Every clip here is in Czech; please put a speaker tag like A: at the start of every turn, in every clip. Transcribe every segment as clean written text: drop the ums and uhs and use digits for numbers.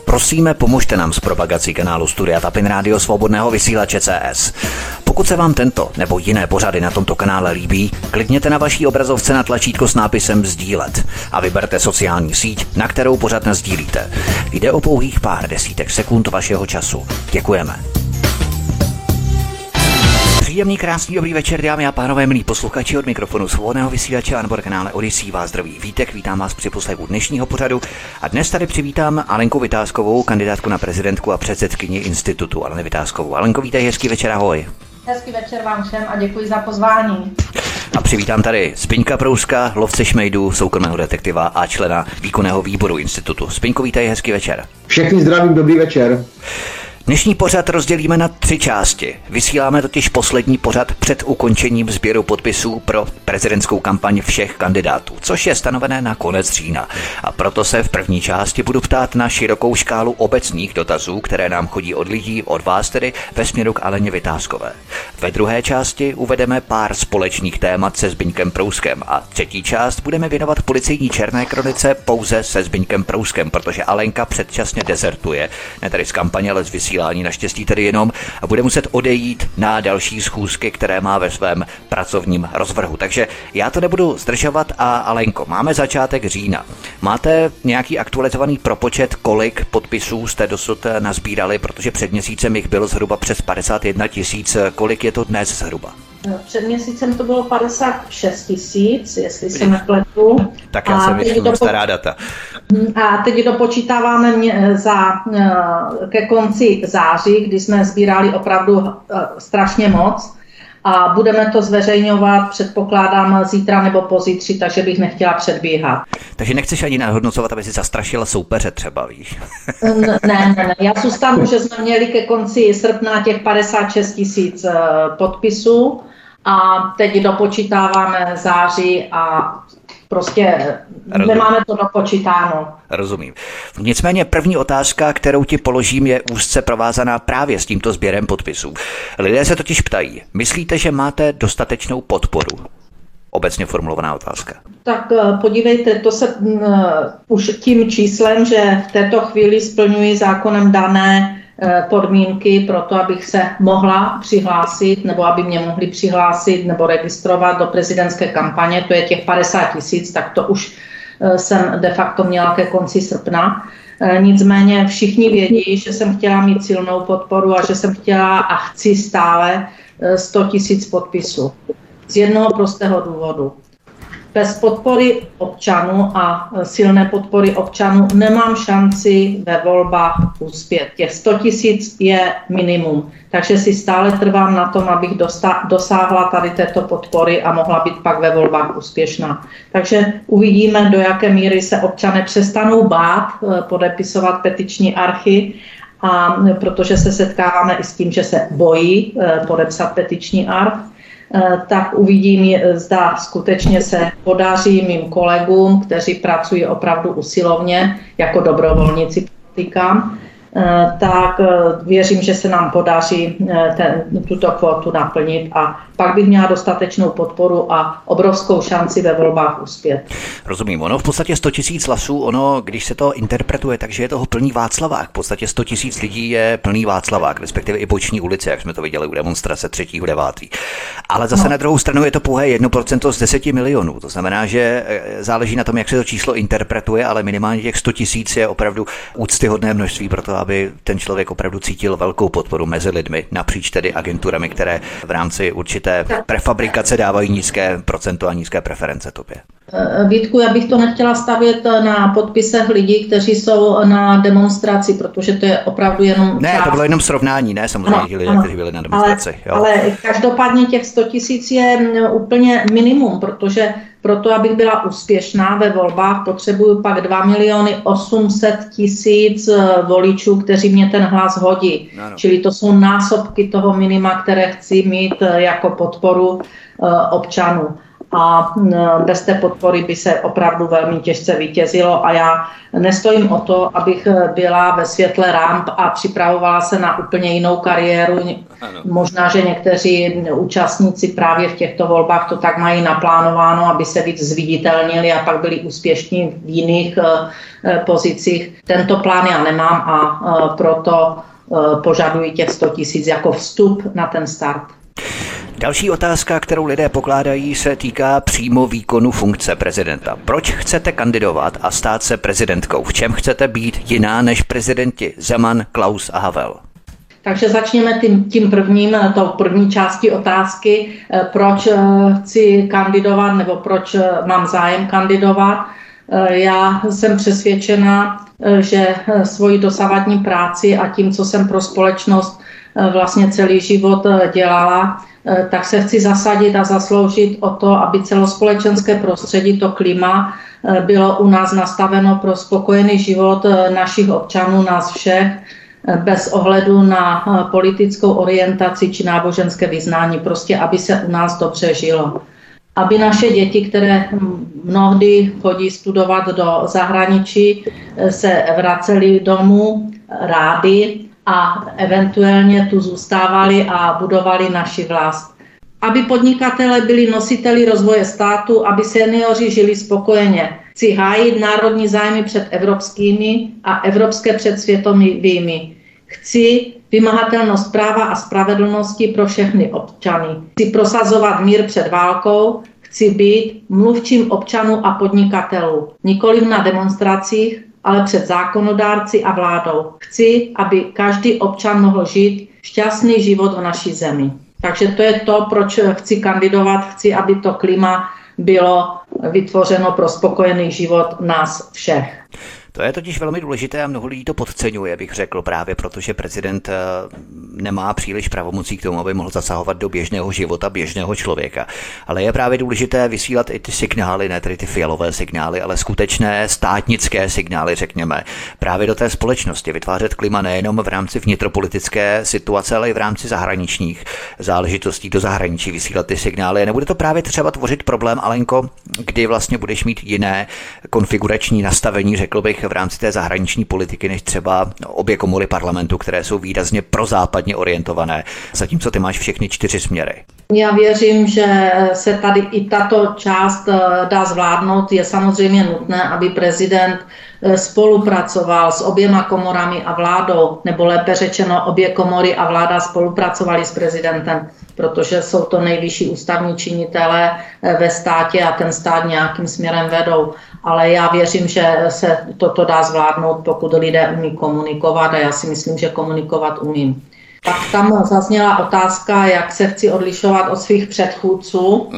A: Prosíme, pomožte nám s propagací kanálu Studia Tapin Rádio Svobodného vysílače CS. Pokud se vám tento nebo jiné pořady na tomto kanále líbí, klikněte na vaší obrazovce na tlačítko s nápisem sdílet a vyberte sociální síť, na kterou pořad nasdílíte. Jde o pouhých pár desítek sekund vašeho času. Děkujeme. Příjemný, krásný, dobrý večer, dámy a pánové, milí posluchači, od mikrofonu Svobodného vysílače a nebo kanále Odyssey vás zdraví Vítek, vítám vás při poslechu dnešního pořadu a dnes tady přivítám Alenku Vitáskovou, kandidátku na prezidentku a předsedkyni institutu Aleny Vitáskovou. Alenko, vítej, hezký večer, ahoj.
B: Hezký večer vám všem a děkuji za pozvání.
A: A přivítám tady Zbyňka Prouska, lovce šmejdů, soukromého detektiva a člena výkonného výboru institutu. Zbyňko, vítej, hezký večer.
C: Všechny zdravím, dobrý večer.
A: Dnešní pořad rozdělíme na 3 části. Vysíláme totiž poslední pořad před ukončením sběru podpisů pro prezidentskou kampaň všech kandidátů, což je stanovené na konec října. A proto se v první části budu ptát na širokou škálu obecných dotazů, které nám chodí od lidí, od vás tedy, ve směru k Aleně Vitáskové. Ve druhé části uvedeme pár společných témat se Zbyňkem Prouskem a třetí část budeme věnovat policejní černé kronice pouze se Zbyňkem Prouskem, protože Alenka předčasně dezertuje, ne tady z kampaně, ale z vysílání, naštěstí tedy jenom, a bude muset odejít na další schůzky, které má ve svém pracovním rozvrhu. Takže já to nebudu zdržovat a Alenko, máme začátek října. Máte nějaký aktualizovaný propočet, kolik podpisů jste dosud nazbírali, protože před měsícem jich bylo zhruba přes 51 000. Kolik je to dnes zhruba?
B: Před měsícem to bylo 56 000, jestli se nepletu.
A: Tak já jsem ještě stará data.
B: A teď dopočítáváme ke konci září, kdy jsme sbírali opravdu strašně moc. A budeme to zveřejňovat, předpokládám, zítra nebo pozítří, takže bych nechtěla předbíhat.
A: Takže nechceš ani nahodnocovat, aby si zastrašila soupeře třeba, víš?
B: Ne. Já zůstanu, že jsme měli ke konci srpna těch 56 000 podpisů a teď dopočítáváme září a prostě nemáme to dopočítáno.
A: Rozumím. Nicméně první otázka, kterou ti položím, je úzce provázaná právě s tímto sběrem podpisů. Lidé se totiž ptají, myslíte, že máte dostatečnou podporu? Obecně formulovaná otázka.
B: Tak podívejte, to se už tím číslem, že v této chvíli splňuji zákonem dané podmínky pro to, abych se mohla přihlásit, nebo aby mě mohli přihlásit nebo registrovat do prezidentské kampaně, to je těch 50 000, tak to už jsem de facto měla ke konci srpna. Nicméně všichni vědí, že jsem chtěla mít silnou podporu a že jsem chtěla a chci stále 100 000 podpisů. Z jednoho prostého důvodu. Bez podpory občanů a silné podpory občanů nemám šanci ve volbách uspět. Těch 100 000 je minimum, takže si stále trvám na tom, abych dosáhla tady této podpory a mohla být pak ve volbách úspěšná. Takže uvidíme, do jaké míry se občané přestanou bát podepisovat petiční archy, a protože se setkáváme i s tím, že se bojí podepsat petiční arch, tak uvidím, zda skutečně se podaří mým kolegům, kteří pracují opravdu usilovně, jako dobrovolníci podotýkám, tak věřím, že se nám podaří tuto kvotu naplnit a pak bych měla dostatečnou podporu a obrovskou šanci ve volbách uspět.
A: Rozumím, ono v podstatě 100 000 hlasů, ono, když se to interpretuje, takže je toho plný Václavák. V podstatě 100 000 lidí je plný Václavák, respektive i boční ulice, jak jsme to viděli u demonstrace 3.9. Ale zase na druhou stranu je to pouhé 1% z 10 milionů. To znamená, že záleží na tom, jak se to číslo interpretuje, ale minimálně těch 100 000 je opravdu úctyhodné množství pro to, aby ten člověk opravdu cítil velkou podporu mezi lidmi, napříč tedy agenturami, které v rámci určité prefabrikace dávají nízké procento a nízké preference tobě.
B: Vítku, já bych to nechtěla stavět na podpisech lidí, kteří jsou na demonstraci, protože to je opravdu jenom...
A: Ne, to bylo jenom srovnání, ne samozřejmě lidé, kteří byli na demonstraci.
B: Ale každopádně těch 100 000 je úplně minimum, protože proto, abych byla úspěšná ve volbách, potřebuju pak 2 800 000 voličů, kteří mě ten hlas hodí. No. Čili to jsou násobky toho minima, které chci mít jako podporu občanů. a bez té podpory by se opravdu velmi těžce vítězilo a já nestojím o to, abych byla ve světle ramp a připravovala se na úplně jinou kariéru. Ano. Možná, že někteří účastníci právě v těchto volbách to tak mají naplánováno, aby se víc zviditelnili a pak byli úspěšní v jiných pozicích. Tento plán já nemám a proto požaduji těch 100 000 jako vstup na ten start.
A: Další otázka, kterou lidé pokládají, se týká přímo výkonu funkce prezidenta. Proč chcete kandidovat a stát se prezidentkou? V čem chcete být jiná než prezidenti Zeman, Klaus a Havel?
B: Takže začněme tím tou první částí otázky, proč chci kandidovat nebo proč mám zájem kandidovat. Já jsem přesvědčena, že svoji dosavadní práci a tím, co jsem pro společnost vlastně celý život dělala, tak se chci zasadit a zasloužit o to, aby celospolečenské prostředí, to klima, bylo u nás nastaveno pro spokojený život našich občanů, nás všech, bez ohledu na politickou orientaci či náboženské vyznání, prostě aby se u nás dobře žilo. Aby naše děti, které mnohdy chodí studovat do zahraničí, se vracely domů rády a eventuálně tu zůstávali a budovali naši vlast. Aby podnikatelé byli nositeli rozvoje státu, aby seniori žili spokojeně. Chci hájit národní zájmy před evropskými a evropské před světovými. Chci vymahatelnost práva a spravedlnosti pro všechny občany. Chci prosazovat mír před válkou. Chci být mluvčím občanů a podnikatelů. Nikoliv na demonstracích, ale před zákonodárci a vládou. Chci, aby každý občan mohl žít šťastný život v naší zemi. Takže to je to, proč chci kandidovat. Chci, aby to klima bylo vytvořeno pro spokojený život nás všech.
A: To je totiž velmi důležité a mnoho lidí to podceňuje, bych řekl, právě protože prezident nemá příliš pravomocí k tomu, aby mohl zasahovat do běžného života běžného člověka. Ale je právě důležité vysílat i ty signály, ne tedy ty fialové signály, ale skutečné státnické signály, řekněme, právě do té společnosti, vytvářet klima nejenom v rámci vnitropolitické situace, ale i v rámci zahraničních záležitostí, do zahraničí vysílat ty signály. Nebude to právě třeba tvořit problém, Alenko, kdy vlastně budeš mít jiné konfigurační nastavení, řekl bych, v rámci té zahraniční politiky, než třeba obě komory parlamentu, které jsou výrazně prozápadně orientované, zatímco ty máš všechny 4 směry.
B: Já věřím, že se tady i tato část dá zvládnout. Je samozřejmě nutné, aby prezident spolupracoval s oběma komorami a vládou, nebo lépe řečeno obě komory a vláda spolupracovali s prezidentem, protože jsou to nejvyšší ústavní činitelé ve státě a ten stát nějakým směrem vedou. Ale já věřím, že se toto dá zvládnout, pokud lidé umí komunikovat a já si myslím, že komunikovat umím. Pak tam zazněla otázka, jak se chci odlišovat od svých předchůdců,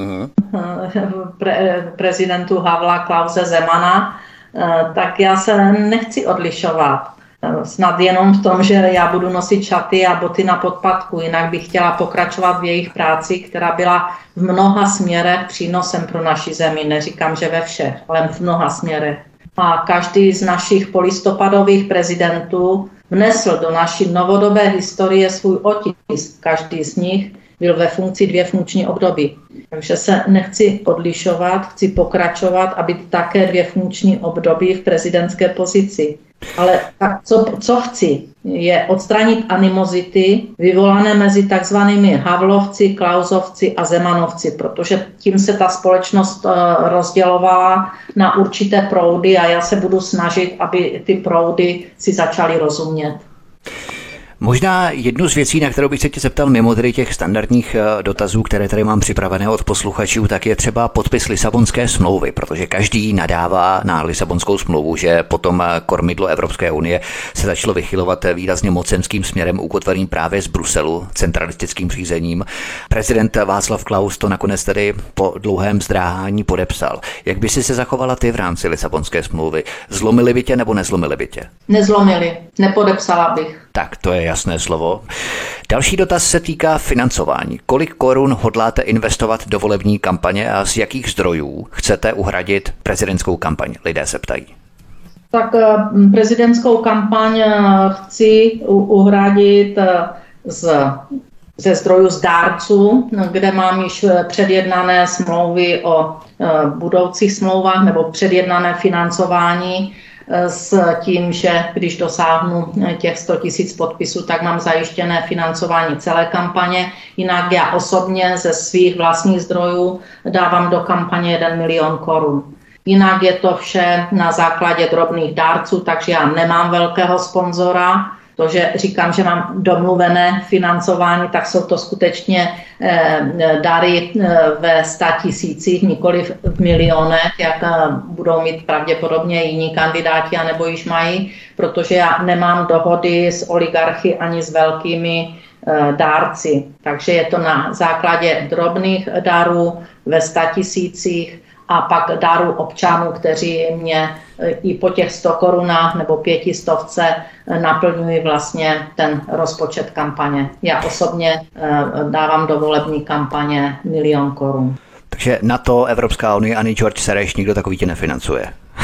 B: prezidentů Havla, Klause, Zemana, tak já se nechci odlišovat. Snad jenom v tom, že já budu nosit šaty a boty na podpatku, jinak bych chtěla pokračovat v jejich práci, která byla v mnoha směrech přínosem pro naši zemi. Neříkám, že ve všech, ale v mnoha směrech. A každý z našich polistopadových prezidentů vnesl do naší novodobé historie svůj otisk. Každý z nich byl ve funkci 2 funkční období. Takže se nechci odlišovat, chci pokračovat a být také 2 funkční období v prezidentské pozici. Ale co chci, je odstranit animozity vyvolané mezi takzvanými Havlovci, Klausovci a Zemanovci, protože tím se ta společnost rozdělovala na určité proudy a já se budu snažit, aby ty proudy si začaly rozumět.
A: Možná jednu z věcí, na kterou bych se tě zeptal mimo tedy těch standardních dotazů, které tady mám připravené od posluchačů, tak je třeba podpis Lisabonské smlouvy, protože každý nadává na Lisabonskou smlouvu, že potom kormidlo Evropské unie se začalo vychylovat výrazně mocenským směrem, ukotveným právě z Bruselu, centralistickým řízením. Prezident Václav Klaus to nakonec tedy po dlouhém zdráhání podepsal. Jak by si se zachovala ty v rámci Lisabonské smlouvy? Zlomili by tě nebo nezlomili by tě?
B: Nezlomili, nepodepsala bych.
A: Tak, to je jasné slovo. Další dotaz se týká financování. Kolik korun hodláte investovat do volební kampaně a z jakých zdrojů chcete uhradit prezidentskou kampaň? Lidé se ptají.
B: Tak prezidentskou kampaň chci uhradit z ze zdrojů z dárců, kde mám již předjednané smlouvy o budoucích smlouvách nebo předjednané financování s tím, že když dosáhnu těch 100 000 podpisů, tak mám zajištěné financování celé kampaně. Jinak já osobně ze svých vlastních zdrojů dávám do kampaně 1 milion korun. Jinak je to vše na základě drobných dárců, takže já nemám velkého sponzora. To, že říkám, že mám domluvené financování, tak jsou to skutečně dary ve 100 000, nikoli v milionech, jak budou mít pravděpodobně jiní kandidáti, anebo již mají, protože já nemám dohody s oligarchy ani s velkými dárci. Takže je to na základě drobných darů ve 100 000 a pak dáru občanů, kteří mě i po těch 100 korunách nebo 500 naplňují vlastně ten rozpočet kampaně. Já osobně dávám do volební kampaně 1 milion korun.
A: Takže na to Evropská unie ani George Soros nikdo takový tě nefinancuje.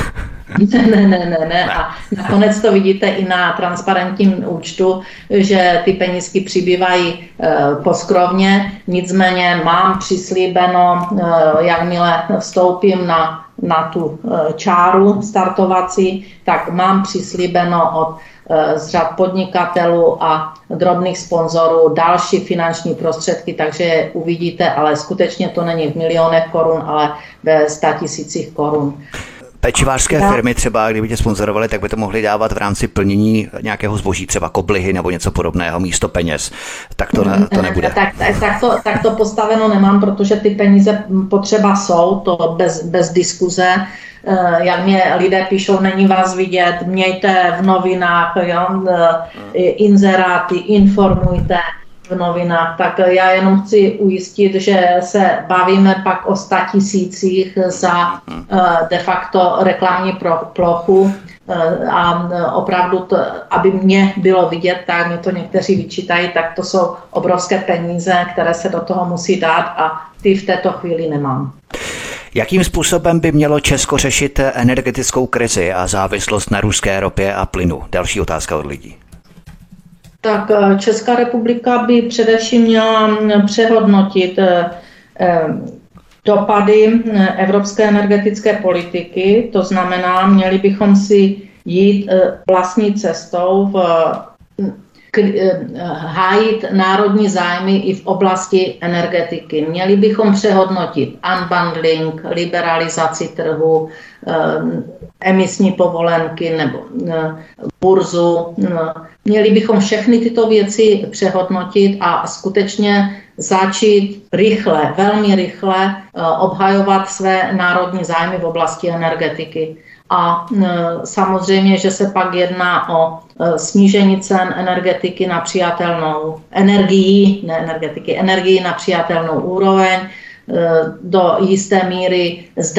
B: Ne. A nakonec to vidíte i na transparentním účtu, že ty penízky přibývají poskrovně. Nicméně mám přislíbeno, jakmile vstoupím na tu čáru startovací, tak mám přislíbeno od z řad podnikatelů a drobných sponzorů další finanční prostředky, takže uvidíte, ale skutečně to není v milionech korun, ale ve 100 000 korun.
A: Pečivářské firmy třeba, kdyby tě sponzorovali, tak by to mohli dávat v rámci plnění nějakého zboží, třeba koblihy nebo něco podobného místo peněz. Tak to nebude.
B: Tak to postaveno nemám, protože ty peníze potřeba jsou, to bez diskuze. Jak mě lidé píšou, není vás vidět, mějte v novinách, inzeráty, informujte v novinách, tak já jenom chci ujistit, že se bavíme pak o 100 000 za de facto reklamní plochu a opravdu, aby mě bylo vidět, tak mi to někteří vyčítají, tak to jsou obrovské peníze, které se do toho musí dát a ty v této chvíli nemám.
A: Jakým způsobem by mělo Česko řešit energetickou krizi a závislost na ruské ropě a plynu? Další otázka od lidí.
B: Tak Česká republika by především měla přehodnotit dopady evropské energetické politiky, to znamená, měli bychom si jít vlastní cestou hájit národní zájmy i v oblasti energetiky. Měli bychom přehodnotit unbundling, liberalizaci trhu, emisní povolenky nebo burzu. Měli bychom všechny tyto věci přehodnotit a skutečně začít rychle, velmi rychle obhajovat své národní zájmy v oblasti energetiky. A samozřejmě, že se pak jedná o snížení cen energetiky na přijatelnou energii na přijatelnou úroveň, do jisté míry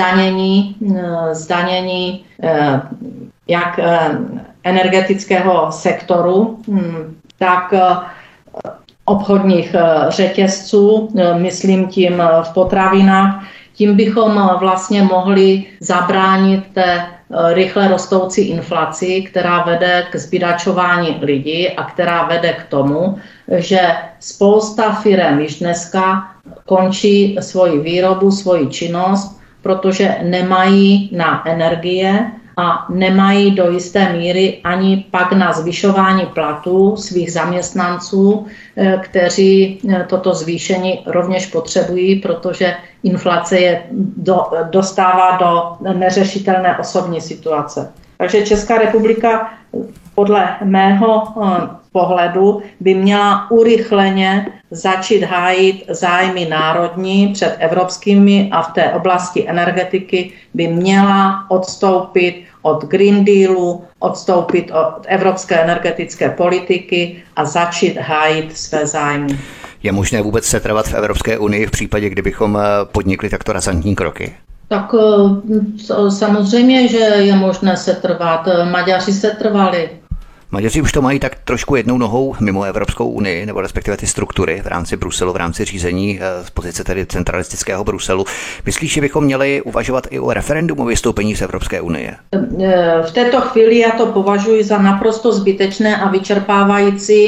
B: zdanění jak energetického sektoru, tak obchodních řetězců, myslím tím v potravinách. Tím bychom vlastně mohli zabránit té rychle rostoucí inflaci, která vede k zbídačování lidí a která vede k tomu, že spousta firem již dneska končí svoji výrobu, svoji činnost, protože nemají na energie a nemají do jisté míry ani pak na zvyšování platů svých zaměstnanců, kteří toto zvýšení rovněž potřebují, protože inflace je dostává do neřešitelné osobní situace. Takže Česká republika podle mého pohledu by měla urychleně začít hájit zájmy národní před evropskými a v té oblasti energetiky by měla odstoupit od Green Dealu, odstoupit od evropské energetické politiky a začít hájit své zájmy.
A: Je možné vůbec setrvat v Evropské unii v případě, kdybychom podnikli takto razantní kroky?
B: Tak samozřejmě, že je možné setrvat. Maďaři setrvali.
A: Maďaři už to mají tak trošku jednou nohou mimo Evropskou unii, nebo respektive ty struktury v rámci Bruselu, v rámci řízení z pozice tedy centralistického Bruselu. Myslíš, že bychom měli uvažovat i o referendum o vystoupení z Evropské unie?
B: V této chvíli já to považuji za naprosto zbytečné a vyčerpávající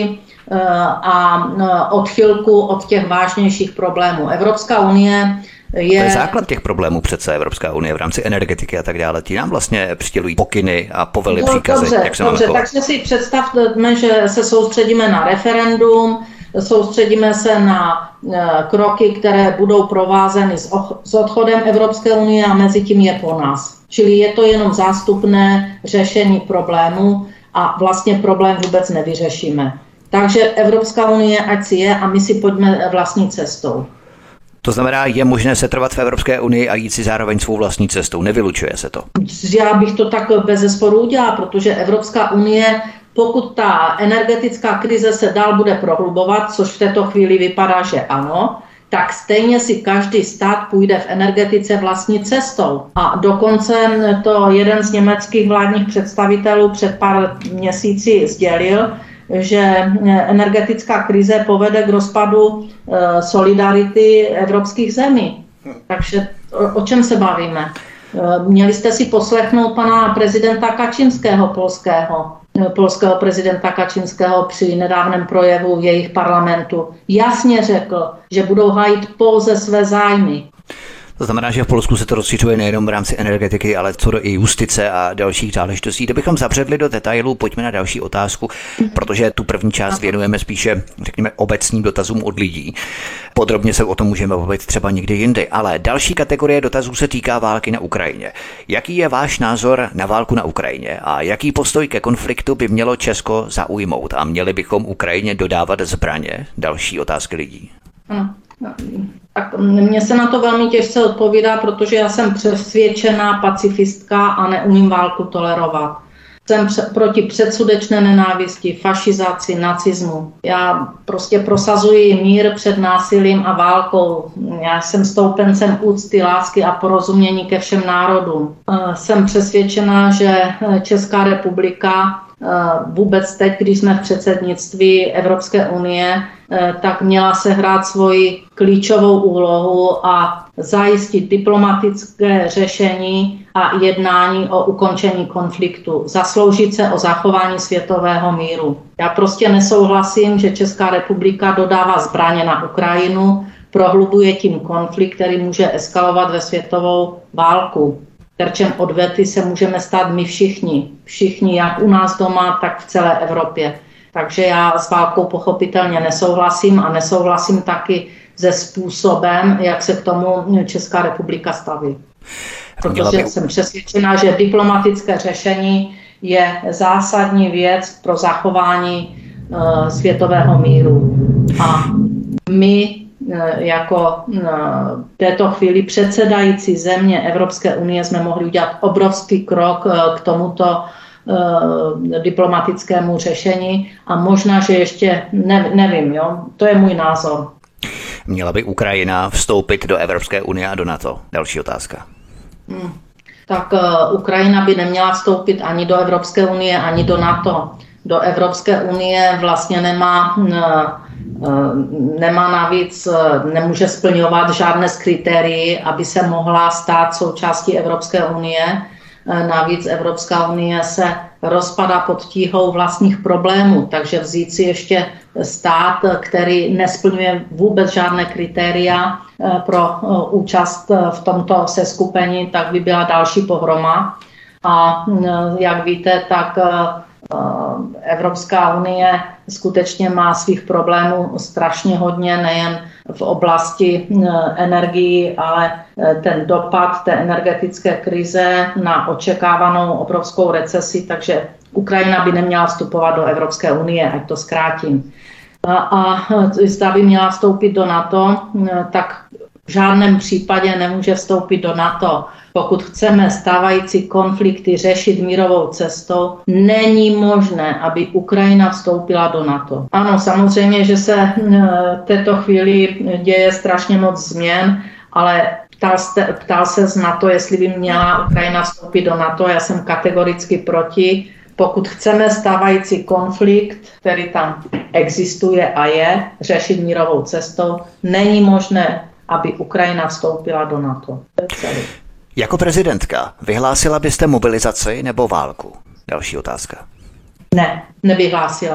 B: a odchylku od těch vážnějších problémů. Evropská unie
A: To je základ těch problémů přece Evropská unie v rámci energetiky a tak dále. Ti nám vlastně přidělují pokyny a povely, příkazy, jak se máme chovat.
B: Takže si představme, že se soustředíme na referendum, soustředíme se na kroky, které budou provázeny s odchodem Evropské unie a mezi tím je po nás. Čili je to jenom zástupné řešení problému a vlastně problém vůbec nevyřešíme. Takže Evropská unie ať si je a my si pojďme vlastní cestou.
A: To znamená, je možné setrvat v Evropské unii a jít si zároveň svou vlastní cestou. Nevylučuje se to.
B: Já bych to tak bezesporu udělala, protože Evropská unie, pokud ta energetická krize se dál bude prohlubovat, což v této chvíli vypadá, že ano, tak stejně si každý stát půjde v energetice vlastní cestou. A dokonce to jeden z německých vládních představitelů před pár měsíci sdělil, že energetická krize povede k rozpadu solidarity evropských zemí. Takže o čem se bavíme? Měli jste si poslechnout pana prezidenta Kačinského, polského prezidenta Kačinského při nedávném projevu v jejich parlamentu. Jasně řekl, že budou hájit pouze své zájmy.
A: To znamená, že v Polsku se to rozšiřuje nejenom v rámci energetiky, ale co do i justice a dalších záležitostí. Kdybychom zabředli do detailů, pojďme na další otázku, protože tu první část věnujeme spíše, řekněme, obecným dotazům od lidí. Podrobně se o tom můžeme bavit třeba někdy jindy, ale další kategorie dotazů se týká války na Ukrajině. Jaký je váš názor na válku na Ukrajině a jaký postoj ke konfliktu by mělo Česko zaujmout a měli bychom Ukrajině dodávat zbraně? Další otázky lidí.
B: Tak mně se na to velmi těžce odpovídá, protože já jsem přesvědčená pacifistka a neumím válku tolerovat. Jsem proti předsudečné nenávisti, fašizaci, nacismu. Já prostě prosazuji mír před násilím a válkou. Já jsem stoupencem úcty, lásky a porozumění ke všem národům. Jsem přesvědčená, že Česká republika vůbec teď, když jsme v předsednictví Evropské unie, tak měla sehrát svoji klíčovou úlohu a zajistit diplomatické řešení a jednání o ukončení konfliktu, zasloužit se o zachování světového míru. Já prostě nesouhlasím, že Česká republika dodává zbraně na Ukrajinu, prohlubuje tím konflikt, který může eskalovat ve světovou válku. Terčem odvety se můžeme stát my všichni, jak u nás doma, tak v celé Evropě. Takže já s válkou pochopitelně nesouhlasím a nesouhlasím taky se způsobem, jak se k tomu Česká republika staví. Protože jsem přesvědčená, že diplomatické řešení je zásadní věc pro zachování světového míru. A my jako v této chvíli předsedající země Evropské unie jsme mohli udělat obrovský krok k tomuto diplomatickému řešení a možná, že ještě nevím, jo? To je můj názor.
A: Měla by Ukrajina vstoupit do Evropské unie a do NATO? Další otázka.
B: Tak Ukrajina by neměla vstoupit ani do Evropské unie, ani do NATO. Do Evropské unie vlastně nemá navíc, nemůže splňovat žádné z kritérií, aby se mohla stát součástí Evropské unie. Navíc Evropská unie se rozpadá pod tíhou vlastních problémů, takže vzít si ještě stát, který nesplňuje vůbec žádné kritéria pro účast v tomto seskupení, tak by byla další pohroma. A jak víte, tak Evropská unie skutečně má svých problémů strašně hodně, nejen v oblasti energií, ale ten dopad té energetické krize na očekávanou obrovskou recesi, takže Ukrajina by neměla vstupovat do Evropské unie, ať to zkrátím. A zda by měla vstoupit do NATO, tak v žádném případě nemůže vstoupit do NATO. Pokud chceme stávající konflikty řešit mírovou cestou, není možné, aby Ukrajina vstoupila do NATO. Ano, samozřejmě, že se v této chvíli děje strašně moc změn, ale ptal se z NATO, jestli by měla Ukrajina vstoupit do NATO. Já jsem kategoricky proti. Pokud chceme stávající konflikt, který tam existuje a je, řešit mírovou cestou, není možné, aby Ukrajina vstoupila do NATO.
A: Jako prezidentka vyhlásila byste mobilizaci nebo válku? Další otázka.
B: Ne, nevyhlásila.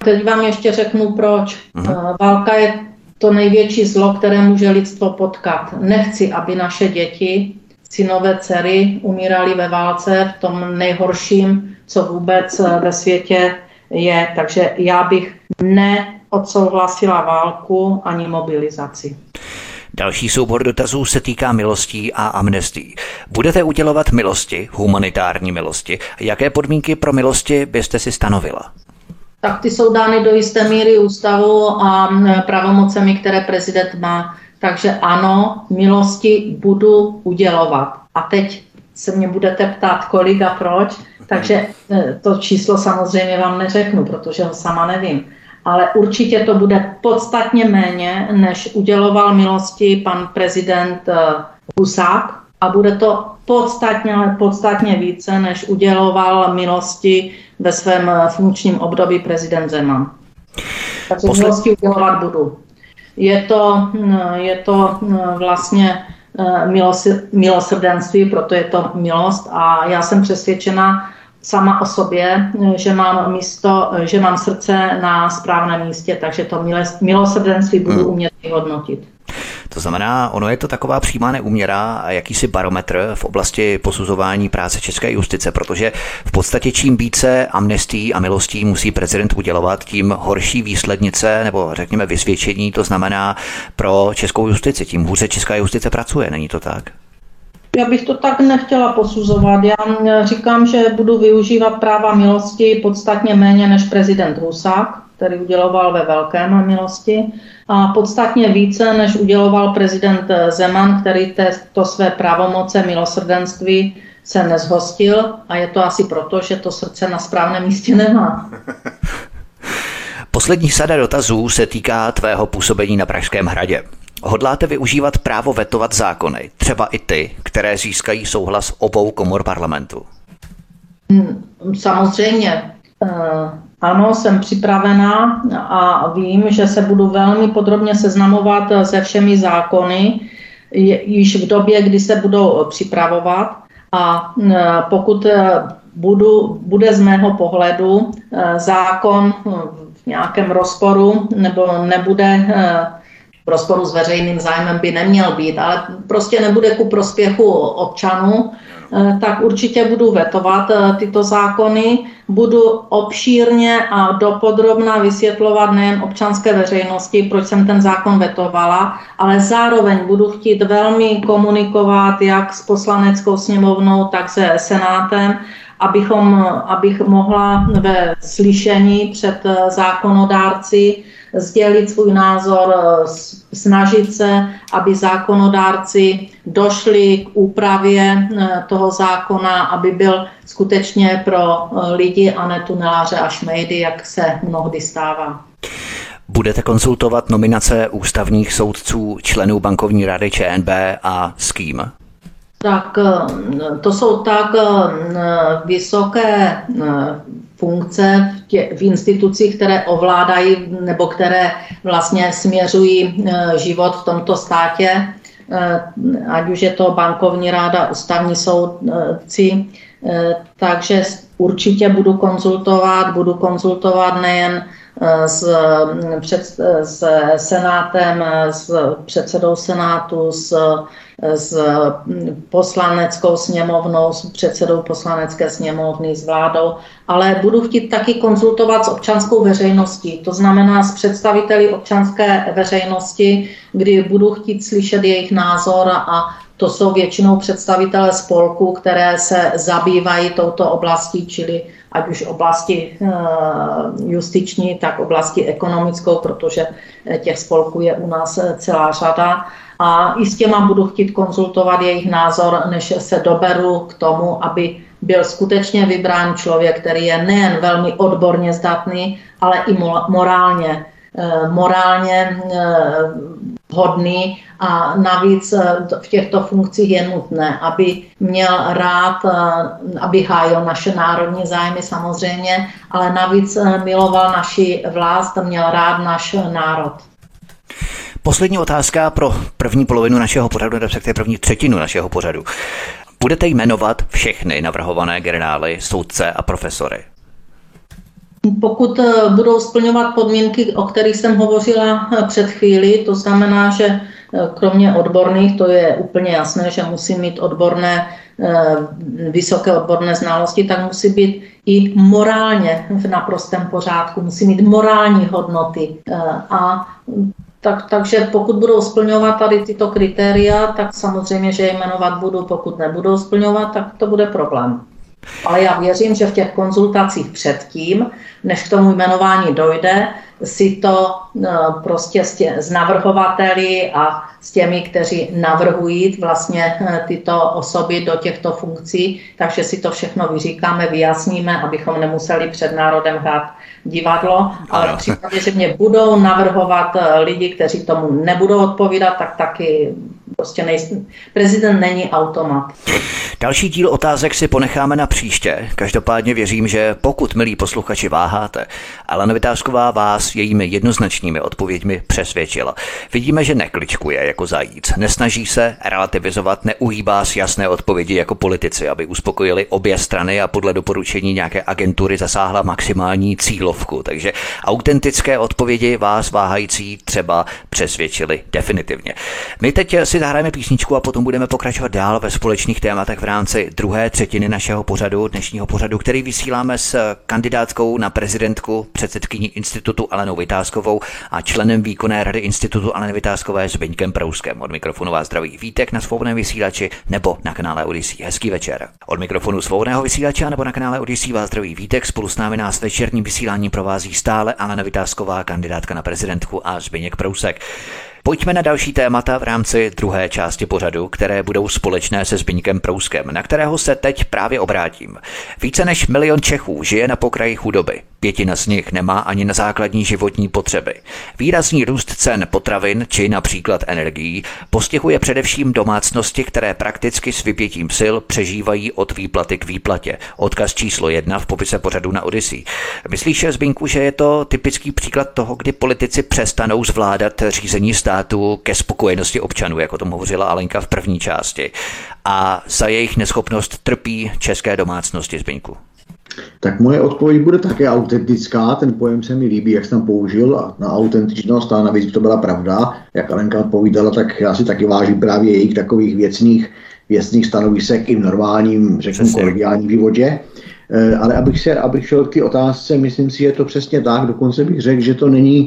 B: Teď vám ještě řeknu proč. Válka je to největší zlo, které může lidstvo potkat. Nechci, aby naše děti, synové, dcery umírali ve válce v tom nejhorším, co vůbec ve světě je. Takže já bych neodsouhlasila válku ani mobilizaci.
A: Další soubor dotazů se týká milostí a amnestií. Budete udělovat milosti, humanitární milosti? Jaké podmínky pro milosti byste si stanovila?
B: Tak ty jsou dány do jisté míry ústavu a pravomocemi, které prezident má. Takže ano, milosti budu udělovat. A teď se mě budete ptát, kolik a proč. Takže to číslo samozřejmě vám neřeknu, protože ho sama nevím. Ale určitě to bude podstatně méně, než uděloval milosti pan prezident Husák. A bude to podstatně více, než uděloval milosti ve svém funkčním období prezident Zeman. Takže milosti udělovat budu. Je to vlastně milosrdenství, proto je to milost a já jsem přesvědčena sama o sobě, že mám srdce na správném místě, takže to milosrdenství budu umět vyhodnotit.
A: To znamená, ono je to taková přímá neúměra a jakýsi barometr v oblasti posuzování práce české justice, protože v podstatě čím více amnestií a milostí musí prezident udělovat, tím horší výslednice nebo řekněme vysvědčení, to znamená pro českou justici, tím hůře česká justice pracuje, není to tak?
B: Já bych to tak nechtěla posuzovat. Já říkám, že budu využívat práva milosti podstatně méně než prezident Husák, který uděloval ve velkém milosti, a podstatně více, než uděloval prezident Zeman, který to své pravomoce milosrdenství se nezhostil a je to asi proto, že to srdce na správném místě nemá.
A: Poslední sada dotazů se týká tvého působení na Pražském hradě. Hodláte využívat právo vetovat zákony, třeba i ty, které získají souhlas obou komor parlamentu?
B: Samozřejmě. Ano, jsem připravená a vím, že se budu velmi podrobně seznamovat se všemi zákony již v době, kdy se budou připravovat. A pokud bude z mého pohledu zákon v nějakém rozporu nebo nebude v rozporu s veřejným zájmem, by neměl být, ale prostě nebude ku prospěchu občanů, tak určitě budu vetovat tyto zákony, budu obšírně a dopodrobna vysvětlovat nejen občanské veřejnosti, proč jsem ten zákon vetovala, ale zároveň budu chtít velmi komunikovat jak s poslaneckou sněmovnou, tak se senátem, abych mohla ve slyšení před zákonodárci sdělit svůj názor, snažit se, aby zákonodárci došli k úpravě toho zákona, aby byl skutečně pro lidi a ne tuneláře a šmejdy, jak se mnohdy stává.
A: Budete konsultovat nominace ústavních soudců členů bankovní rady ČNB a s kým?
B: Tak to jsou tak vysoké funkce v institucích, které ovládají nebo které vlastně směřují život v tomto státě, ať už je to bankovní rada, ústavní soudci, takže určitě budu konzultovat nejen s senátem, s předsedou senátu, s poslaneckou sněmovnou, s předsedou poslanecké sněmovny, s vládou, ale budu chtít taky konzultovat s občanskou veřejností, to znamená s představiteli občanské veřejnosti, kdy budu chtít slyšet jejich názor a to jsou většinou představitelé spolků, které se zabývají touto oblastí, čili ať už oblasti justiční, tak oblasti ekonomickou, protože těch spolků je u nás celá řada. A i s těma budu chtít konzultovat jejich názor, než se doberu k tomu, aby byl skutečně vybrán člověk, který je nejen velmi odborně zdatný, ale i morálně vhodný a navíc v těchto funkcích je nutné, aby měl rád, aby hájil naše národní zájmy samozřejmě, ale navíc miloval naši vlast, měl rád náš národ.
A: Poslední otázka pro první polovinu našeho pořadu, respektive první třetinu našeho pořadu. Budete jmenovat všechny navrhované generály, soudce a profesory?
B: Pokud budou splňovat podmínky, o kterých jsem hovořila před chvíli, to znamená, že kromě odborných, to je úplně jasné, že musí mít vysoké odborné znalosti, tak musí být i morálně v naprostém pořádku, musí mít morální hodnoty. Takže pokud budou splňovat tady tyto kritéria, tak samozřejmě, že je jmenovat budu, pokud nebudou splňovat, tak to bude problém. Ale já věřím, že v těch konzultacích předtím, než k tomu jmenování dojde, si to prostě s navrhovateli a s těmi, kteří navrhují vlastně tyto osoby do těchto funkcí, takže si to všechno vyříkáme, vyjasníme, abychom nemuseli před národem hrát divadlo, ale v případě, že mě budou navrhovat lidi, kteří tomu nebudou odpovídat, tak taky prostě prezident není automat.
A: Další díl otázek si ponecháme na příště. Každopádně věřím, že pokud, milí posluchači, váháte, Alena Vitásková vás jejími jednoznačnými odpověďmi přesvědčila. Vidíme, že nekličkuje jako zajíc, nesnaží se relativizovat, neuhýbá s jasné odpovědi jako politici, aby uspokojili obě strany a podle doporučení nějaké agentury zasáhla maximální cílovku. Takže autentické odpovědi vás váhající třeba přesvědčili definitivně. My teď si zahrajeme písničku a potom budeme pokračovat dál ve společných tématech v rámci druhé třetiny našeho dnešního pořadu, který vysíláme s kandidátkou na prezidentku, předsedkyní institutu Alenou Vitáskovou a členem výkonné rady institutu Aleny Vitáskové Zbyňkem Prouskem. Od mikrofonu vás zdraví Vítek na svobodném vysílači nebo na kanále Odyssey. Hezký večer. Od mikrofonu svobodného vysílače nebo na kanále Odyssey vás zdraví Vítek. Spolu s námi nás večerním vysíláním provází stále Alena Vitásková, kandidátka na prezidentku, a Zbyněk Prousek. Pojďme na další témata v rámci druhé části pořadu, které budou společné se Zbyňkem Prouskem, na kterého se teď právě obrátím. Více než 1 milion Čechů žije na pokraji chudoby. 1/5 z nich nemá ani na základní životní potřeby. Výrazný růst cen potravin či například energií postihuje především domácnosti, které prakticky s vypětím sil přežívají od výplaty k výplatě. Odkaz číslo 1 v popise pořadu na Odyssey. Myslíš, Zbyňku, že je to typický příklad toho, kdy politici přestanou zvládat řízení státu ke spokojenosti občanů, jako o tom hovořila Alenka v první části, a za jejich neschopnost trpí české domácnosti, Zbyňku?
C: Tak moje odpověď bude také autentická, ten pojem se mi líbí, jak jsem použil na autentičnost, a navíc to byla pravda. Jak Alenka odpovídala, tak já si taky vážím právě jejich takových věcných stanovisek i v normálním, řeknu, kolegiálním životě. Ale abych šel k té otázce, myslím si, že je to přesně tak, dokonce bych řekl, že to není,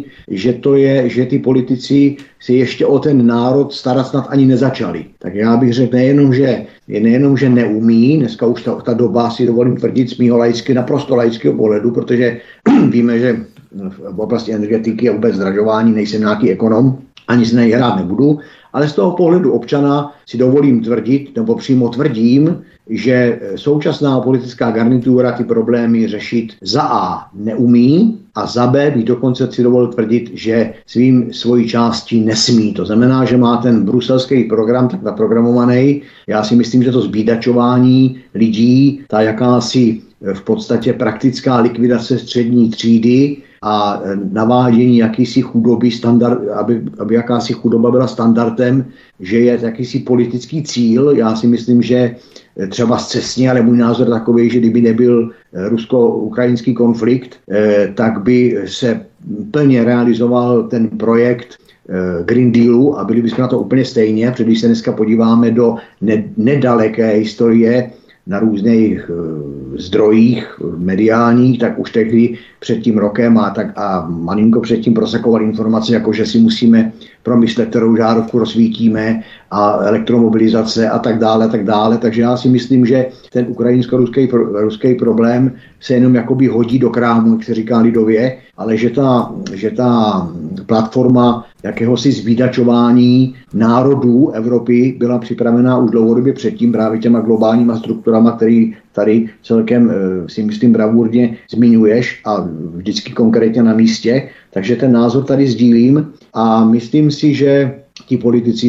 C: že ty politici si ještě o ten národ starat snad ani nezačali. Tak já bych řekl nejenom, že neumí, dneska už ta doba, si dovolím tvrdit z mýho naprosto laického pohledu, protože víme, že v oblasti energetiky a vůbec zdražování nejsem nějaký ekonom, ani se hrát nebudu, ale z toho pohledu občana si dovolím tvrdit, nebo přímo tvrdím, že současná politická garnitura ty problémy řešit za A neumí a za B bych dokonce si dovolil tvrdit, že svojí části nesmí. To znamená, že má ten bruselský program tak naprogramovaný. Já si myslím, že to zbídačování lidí, ta jakási v podstatě praktická likvidace střední třídy a navádění jakýsi chudoby, aby jakási chudoba byla standardem, že je jakýsi politický cíl. Já si myslím, že třeba scesně, ale můj názor takový, že kdyby nebyl rusko-ukrajinský konflikt, tak by se plně realizoval ten projekt Green Dealu a byli bychom na to úplně stejně, protože když se dneska podíváme do nedaleké historie na různých zdrojích mediálních, tak už tehdy před tím rokem a malinko předtím prosakoval informace, jako že si musíme promyslet, kterou žárovku rozsvítíme a elektromobilizace a tak dále. Takže já si myslím, že ten ukrajinsko-ruský problém se jenom jakoby hodí do krámu, jak se říká lidově, ale že ta platforma jakéhosi zbídačování národů Evropy byla připravená už dlouhodobě předtím právě těma globálníma strukturama, který tady celkem si myslím bravurně zmiňuješ a vždycky konkrétně na místě. Takže ten názor tady sdílím a myslím si, že ti politici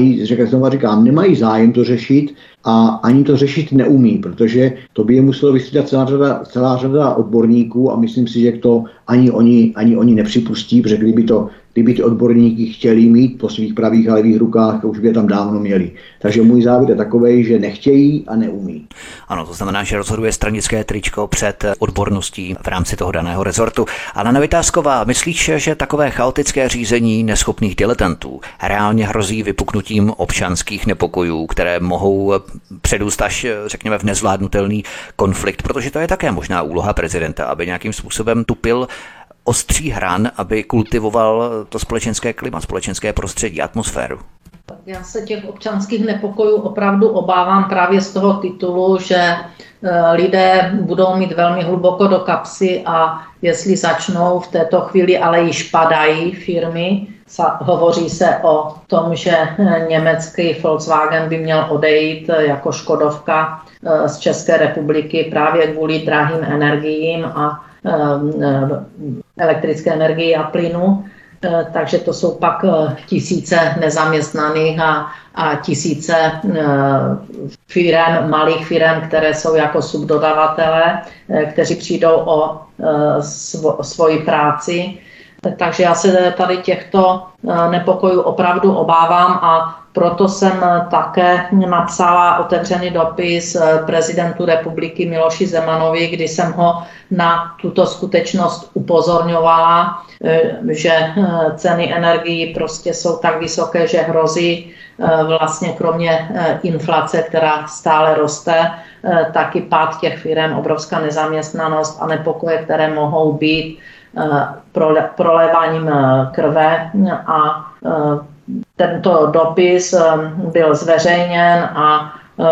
C: nemají zájem to řešit a ani to řešit neumí, protože to by je muselo vystřídat celá řada odborníků a myslím si, že to ani oni nepřipustí, protože kdyby to kdyby ty odborníky chtěli mít po svých pravých a levých rukách, už by je tam dávno měli. Takže můj závěr je takovej, že nechtějí a neumí.
A: Ano, to znamená, že rozhoduje stranické tričko před odborností v rámci toho daného rezortu. Alena Vitásková, myslíš, že takové chaotické řízení neschopných diletantů reálně hrozí vypuknutím občanských nepokojů, které mohou předůst až, řekněme, v nezvládnutelný konflikt, protože to je také možná úloha prezidenta, aby nějakým způsobem tupil ostří hran, aby kultivoval to společenské klima, společenské prostředí, atmosféru?
B: Já se těch občanských nepokojů opravdu obávám právě z toho titulu, že lidé budou mít velmi hluboko do kapsy a jestli začnou v této chvíli, ale již padají firmy, hovoří se o tom, že německý Volkswagen by měl odejít jako Škodovka z České republiky právě kvůli drahým energiím a elektrické energii a plynu. Takže to jsou pak tisíce nezaměstnaných a tisíce firem, malých firem, které jsou jako subdodavatelé, kteří přijdou o svoji práci. Takže já se tady těchto nepokojů opravdu obávám a proto jsem také napsala otevřený dopis prezidentu republiky Miloši Zemanovi, kdy jsem ho na tuto skutečnost upozorňovala, že ceny energií prostě jsou tak vysoké, že hrozí vlastně kromě inflace, která stále roste, taky pád těch firem, obrovská nezaměstnanost a nepokoje, které mohou být proléváním krve a tento dopis byl zveřejněn a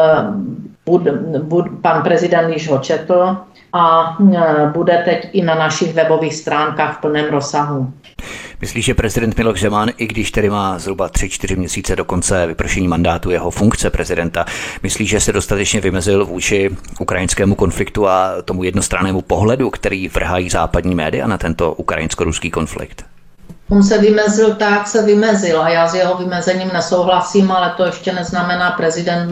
B: pan prezident již ho četl a bude teď i na našich webových stránkách v plném rozsahu.
A: Myslíš, že prezident Miloš Zeman, i když tedy má zhruba 3-4 měsíce do konce vypršení mandátu jeho funkce prezidenta, myslíš, že se dostatečně vymezil vůči ukrajinskému konfliktu a tomu jednostrannému pohledu, který vrhají západní média na tento ukrajinsko-ruský konflikt?
B: On se vymezil tak, se vymezil a já s jeho vymezením nesouhlasím, ale to ještě neznamená, prezident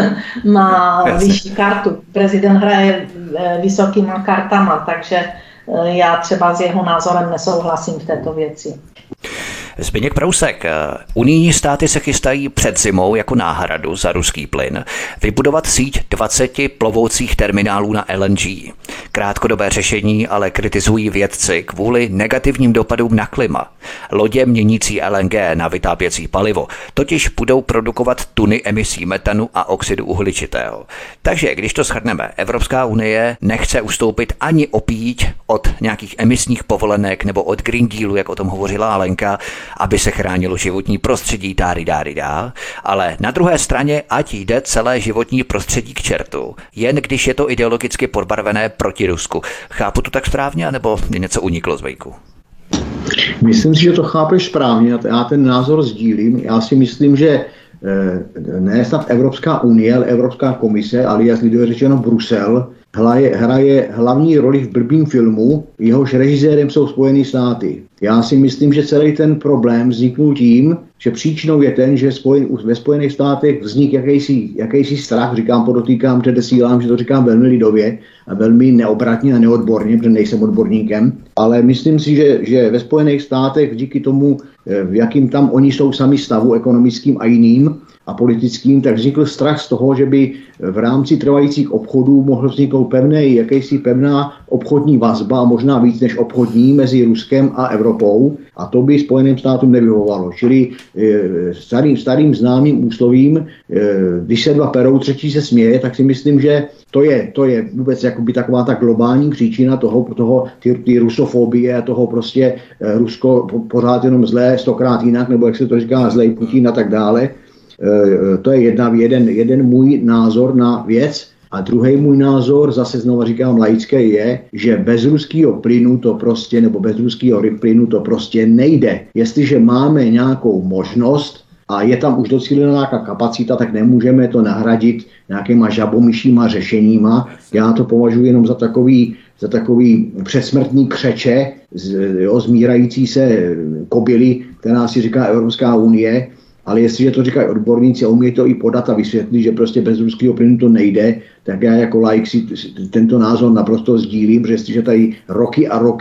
B: má vyšší kartu. Prezident hraje vysokýma kartama, takže já třeba s jeho názorem nesouhlasím v této věci.
A: Zbyněk Prousek. Unijní státy se chystají před zimou jako náhradu za ruský plyn vybudovat síť 20 plovoucích terminálů na LNG. Krátkodobé řešení ale kritizují vědci kvůli negativním dopadům na klima. Lodě měnící LNG na vytápěcí palivo totiž budou produkovat tuny emisí metanu a oxidu uhličitého. Takže když to shrneme, Evropská unie nechce ustoupit ani opít od nějakých emisních povolenek nebo od Green Dealu, jak o tom hovořila Alenka, aby se chránilo životní prostředí, ale na druhé straně ať jde celé životní prostředí k čertu, jen když je to ideologicky podbarvené proti Rusku. Chápu to tak správně, anebo mě něco uniklo z vejku?
C: Myslím si, že to chápeš správně, já ten názor sdílím. Já si myslím, že ne snad Evropská unie, ale Evropská komise, alias lidově řečeno Brusel, hraje hlavní roli v blbým filmu, jehož režisérem jsou Spojené státy. Já si myslím, že celý ten problém vzniknul tím, že příčinou je ten, že ve Spojených státech vznik jakýsi strach, podotýkám, předesílám, že to říkám velmi lidově a velmi neobratně a neodborně, protože nejsem odborníkem, ale myslím si, že ve Spojených státech díky tomu, v jakým tam oni jsou sami stavu ekonomickým a jiným a politickým, tak vznikl strach z toho, že by v rámci trvajících obchodů mohl vzniknout pevná obchodní vazba, a možná víc než obchodní, mezi Ruskem a Evropou, a to by Spojeným státům nevyhovovalo. Čili starým známým úslovím, když se dva perou, třetí se směje, tak si myslím, že to je vůbec jakoby taková ta globální příčina toho ty rusofobie a toho prostě Rusko pořád jenom zlé, 100krát jinak, nebo jak se to říká, zlej Putin a tak dále. To je jeden můj názor na věc. A druhý můj názor, zase znova říkám laické, je, že bez ruského plynu to prostě, nebo bez ruského plynu to prostě nejde. Jestliže máme nějakou možnost a je tam už docílená nějaká kapacita, tak nemůžeme to nahradit nějakýma žabomyšíma řešeníma. Já to považuji jenom za takový předsmrtný křeče, zmírající se kobily, která si říká Evropská unie. Ale jestliže to říkají odborníci a umí to i podat a vysvětlit, že prostě bez ruského plynu to nejde, tak já jako laik si tento názor naprosto sdílím, že jestliže tady roky a roky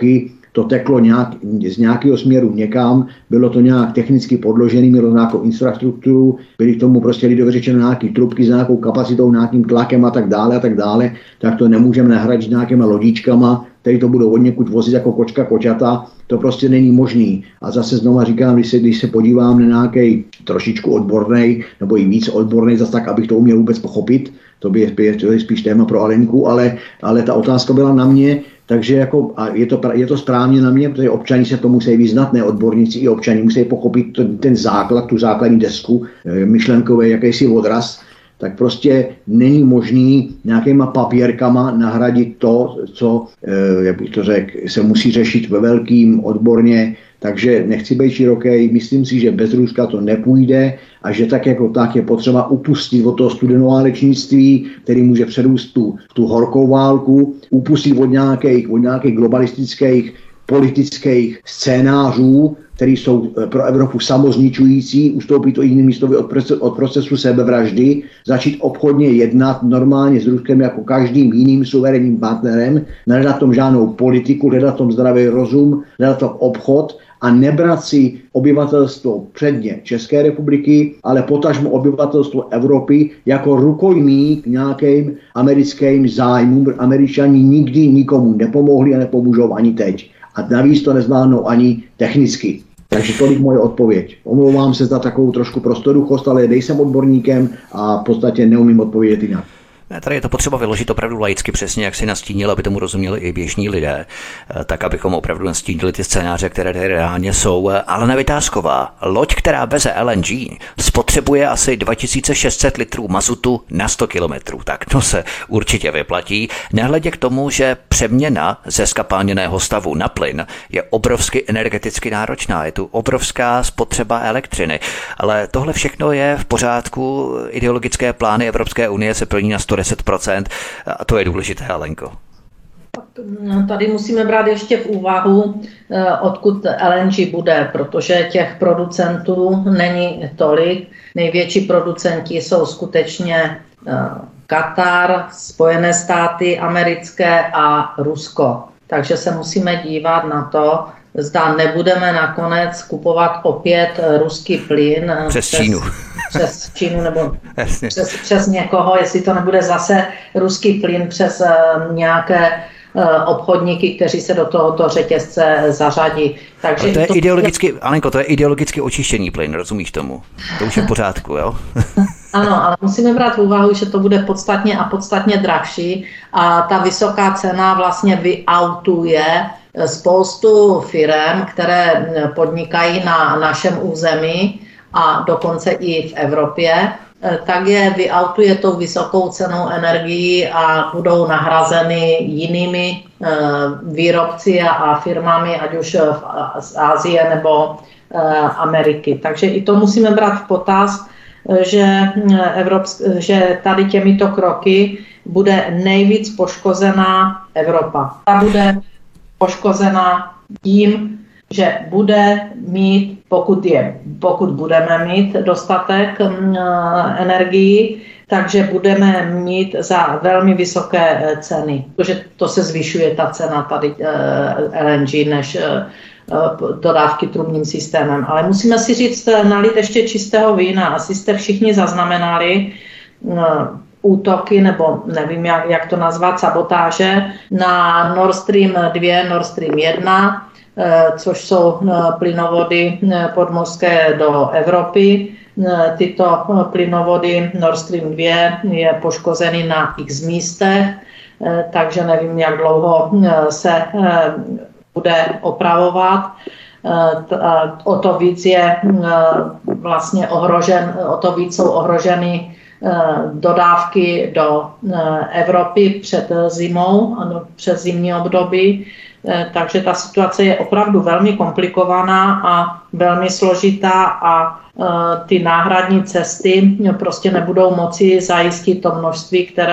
C: to teklo z nějakého směru někam, bylo to nějak technicky podložený, mělo nějakou infrastrukturu, byly k tomu prostě lidově řečeno nějaké trubky s nějakou kapacitou, nějakým tlakem a tak dále, tak to nemůžeme nahradit nějakýma lodičkama, které to budou odněkud vozit jako kočka kočata, to prostě není možný. A zase znova říkám, když se podívám na nějaký trošičku odborný, nebo i víc odborný, zase tak, abych to uměl vůbec pochopit, to je spíš téma pro Alenku, ale ta otázka byla na mě, takže jako, a je to správně na mě, protože občani se to musí vyznat, ne odborníci, i občani musí pochopit ten základ, tu základní desku, myšlenkový jakýsi odraz, tak prostě není možný nějakýma papírkama nahradit to, co, jak bych to řekl, se musí řešit ve velkým odborně, takže nechci být široký, myslím si, že bez Ruska to nepůjde a že tak jako tak je potřeba upustit od toho studenoválečnictví, který může předůst tu horkou válku, upustit od nějakých globalistických politických scénářů, které jsou pro Evropu samozničující, ustoupit to jinými slovy od procesu sebevraždy, začít obchodně jednat normálně s Ruskem jako každým jiným suverénním partnerem, nehledat tom žádnou politiku, hledat tom zdravý rozum, hledat tom obchod a nebrat si obyvatelstvo předně České republiky, ale potažmo obyvatelstvo Evropy jako rukojmí k nějakým americkým zájmům. Američani nikdy nikomu nepomohli a nepomůžou ani teď. A navíc to nezvládnou ani technicky. Takže tolik moje odpověď. Omlouvám se za takovou trošku prostoduchost, ale nejsem odborníkem a v podstatě neumím odpovědět jinak.
A: Tady je to potřeba vyložit opravdu laicky přesně, jak si nastínil, aby tomu rozuměli i běžní lidé, tak abychom opravdu nastínili ty scénáře, které tady reálně jsou. Alena Vytázková, loď, která veze LNG, spotřebuje asi 2600 litrů mazutu na 100 kilometrů. Tak to se určitě vyplatí. Nehledě k tomu, že přeměna ze zkapalněného stavu na plyn je obrovsky energeticky náročná. Je tu obrovská spotřeba elektřiny. Ale tohle všechno je v pořádku. Ideologické plány Evropské unie se plní na 110%. A to je důležité, Alenko.
B: Tady musíme brát ještě v úvahu, odkud LNG bude, protože těch producentů není tolik. Největší producenti jsou skutečně Katar, Spojené státy americké a Rusko. Takže se musíme dívat na to, zda nebudeme nakonec kupovat opět ruský plyn
A: přes Čínu.
B: Přes Čínu nebo přes někoho, jestli to nebude zase ruský plyn přes nějaké obchodníky, kteří se do tohoto řetězce zařadí. Takže
A: ale to je ideologicky, Alenko, to je ideologicky očištěný plyn, rozumíš tomu? To už je v pořádku, jo?
B: Ano, ale musíme brát v úvahu, že to bude podstatně drahší a ta vysoká cena vlastně vyautuje spoustu firem, které podnikají na našem území a dokonce i v Evropě, tak je vyautuje tou vysokou cenou energií a budou nahrazeny jinými výrobci a firmami, ať už z Asie nebo Ameriky. Takže i to musíme brát v potaz, že tady těmito kroky bude nejvíc poškozená Evropa. Ta bude poškozená tím, že bude mít, pokud budeme mít dostatek energií, takže budeme mít za velmi vysoké ceny. Protože to se zvyšuje ta cena tady LNG než dodávky trubním systémem. Ale musíme si říct, nalít ještě čistého vína. Asi jste všichni zaznamenali útoky, nebo nevím, jak to nazvat, sabotáže na Nord Stream 2, Nord Stream 1, což jsou plynovody podmořské do Evropy. Tyto plynovody Nord Stream 2 je poškozený na x místech, takže nevím, jak dlouho se bude opravovat. O to víc je vlastně o to víc jsou ohroženy dodávky do Evropy před zimou, přes zimní období. Takže ta situace je opravdu velmi komplikovaná a velmi složitá a ty náhradní cesty prostě nebudou moci zajistit to množství, které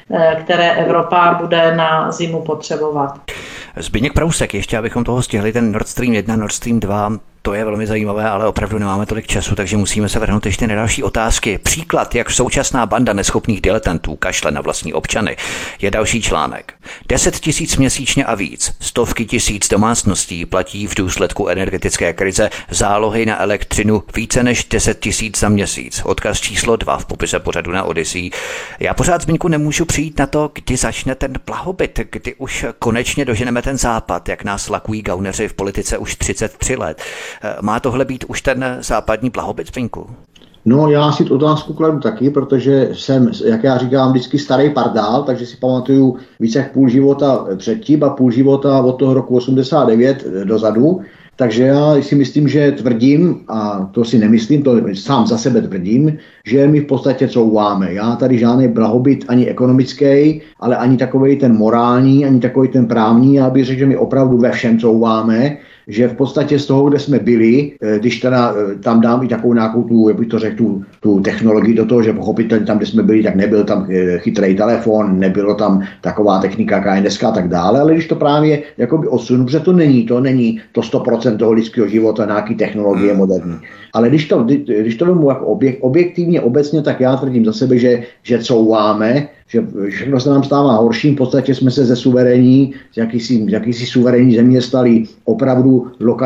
B: které Evropa bude na zimu potřebovat.
A: Zbyněk Prousek, ještě abychom toho stihli, ten Nord Stream 1, Nord Stream 2, to je velmi zajímavé, ale opravdu nemáme tolik času, takže musíme se vrhnout ještě na další otázky. Příklad, jak současná banda neschopných diletantů kašle na vlastní občany, je další článek. 10 000 měsíčně a víc, stovky tisíc domácností platí v důsledku energetické krize zálohy na elektřinu více než 10 000 za měsíc. Odkaz číslo 2 v popise pořadu na Odyssey. Já pořád, Zbyňku, nemůžu přijít na to, kdy začne ten blahobyt, kdy už konečně doženeme ten západ, jak nás lakují gauneři v politice už 33 let. Má tohle být už ten západní blahobyt, Zbyňku?
C: No, já si tu otázku kladu taky, protože jsem, jak já říkám, vždycky starý pardál, takže si pamatuju více jak půl života předtím a půl života od toho roku 89 dozadu. Takže já si myslím, že tvrdím, a to si nemyslím, to sám za sebe tvrdím, že my v podstatě couváme. Já tady žádný blahobyt ani ekonomický, ale ani takovej ten morální, ani takový ten právní, já bych řekl, že my opravdu ve všem couváme, že v podstatě z toho, kde jsme byli, když teda tam dám i takovou nějakou tu, jak bych to řekl, tu technologii do toho, že pochopitelně tam, kde jsme byli, tak nebyl tam chytrý telefon, nebylo tam taková technika, jaká je dneska a tak dále, ale když to právě jakoby odsunu, protože to není to 100% toho lidského života, nějaký technologie moderní. Ale když to vemu jako objektivně, obecně, tak já tvrdím za sebe, že couváme, že všechno se nám stává horším, v podstatě jsme se ze suverénní, z jakýsi suverénní země stali opravdu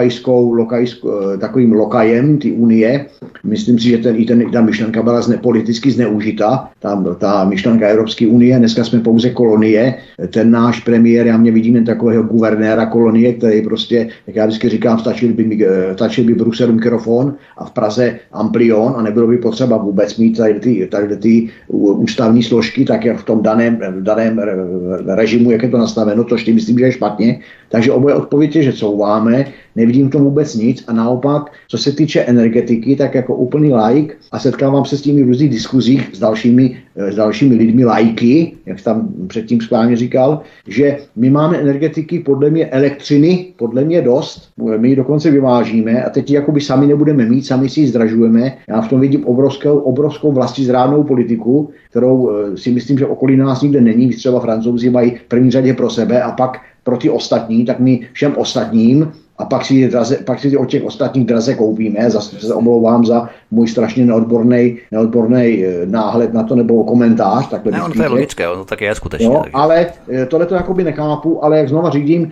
C: takovým lokajem ty unie. Myslím si, že ta myšlenka byla politicky zneužita, ta myšlenka Evropské unie, dneska jsme pouze kolonie, ten náš premiér, já mě vidím jen takového guvernéra kolonie, který prostě, jak já vždycky říkám, stačil by v Bruselu mikrofon a v Praze amplion a nebylo by potřeba vůbec mít tady ty ústavní složky, tak jak v tom daném režimu, jak je to nastaveno, což myslím, že je špatně. Takže oboje odpověď je, že couváme, nevidím tomu vůbec nic a naopak, co se týče energetiky, tak jako úplný laik a setkávám se s tím v různých diskuzích s dalšími lidmi laiky, jak tam předtím správně říkal, že my máme energetiky podle mě elektřiny, podle mě dost, my ji dokonce vyvážíme a teď ji jakoby sami nebudeme mít, sami si ji zdražujeme. Já v tom vidím obrovskou vlastizrádnou politiku, kterou si myslím, že okolí nás nikde není, třeba Francouzi mají v první řadě pro sebe a pak pro ty ostatní, tak my všem ostatním a pak si od těch ostatních draze koupíme. Zase se omlouvám za můj strašně neodborný náhled na to nebo komentář.
A: Ne, to je logické, to tak je skutečně.
C: No, ale tohle to jakoby nechápu, ale jak znova řídím,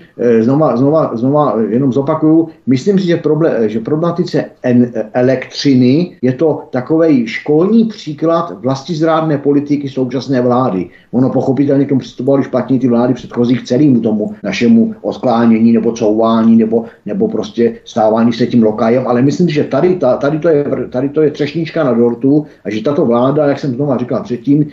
C: znova jenom zopakuju, myslím si, že problematice elektřiny je to takovej školní příklad vlastizrádné politiky současné vlády. Ono pochopitelně k tomu přistupovali špatně ty vlády předchozích celému tomu našemu odklánění nebo couvání nebo prostě stávání se tím lokajem, ale myslím si, že tady to je třešnička na dortu a že tato vláda, jak jsem znovu říkal předtím,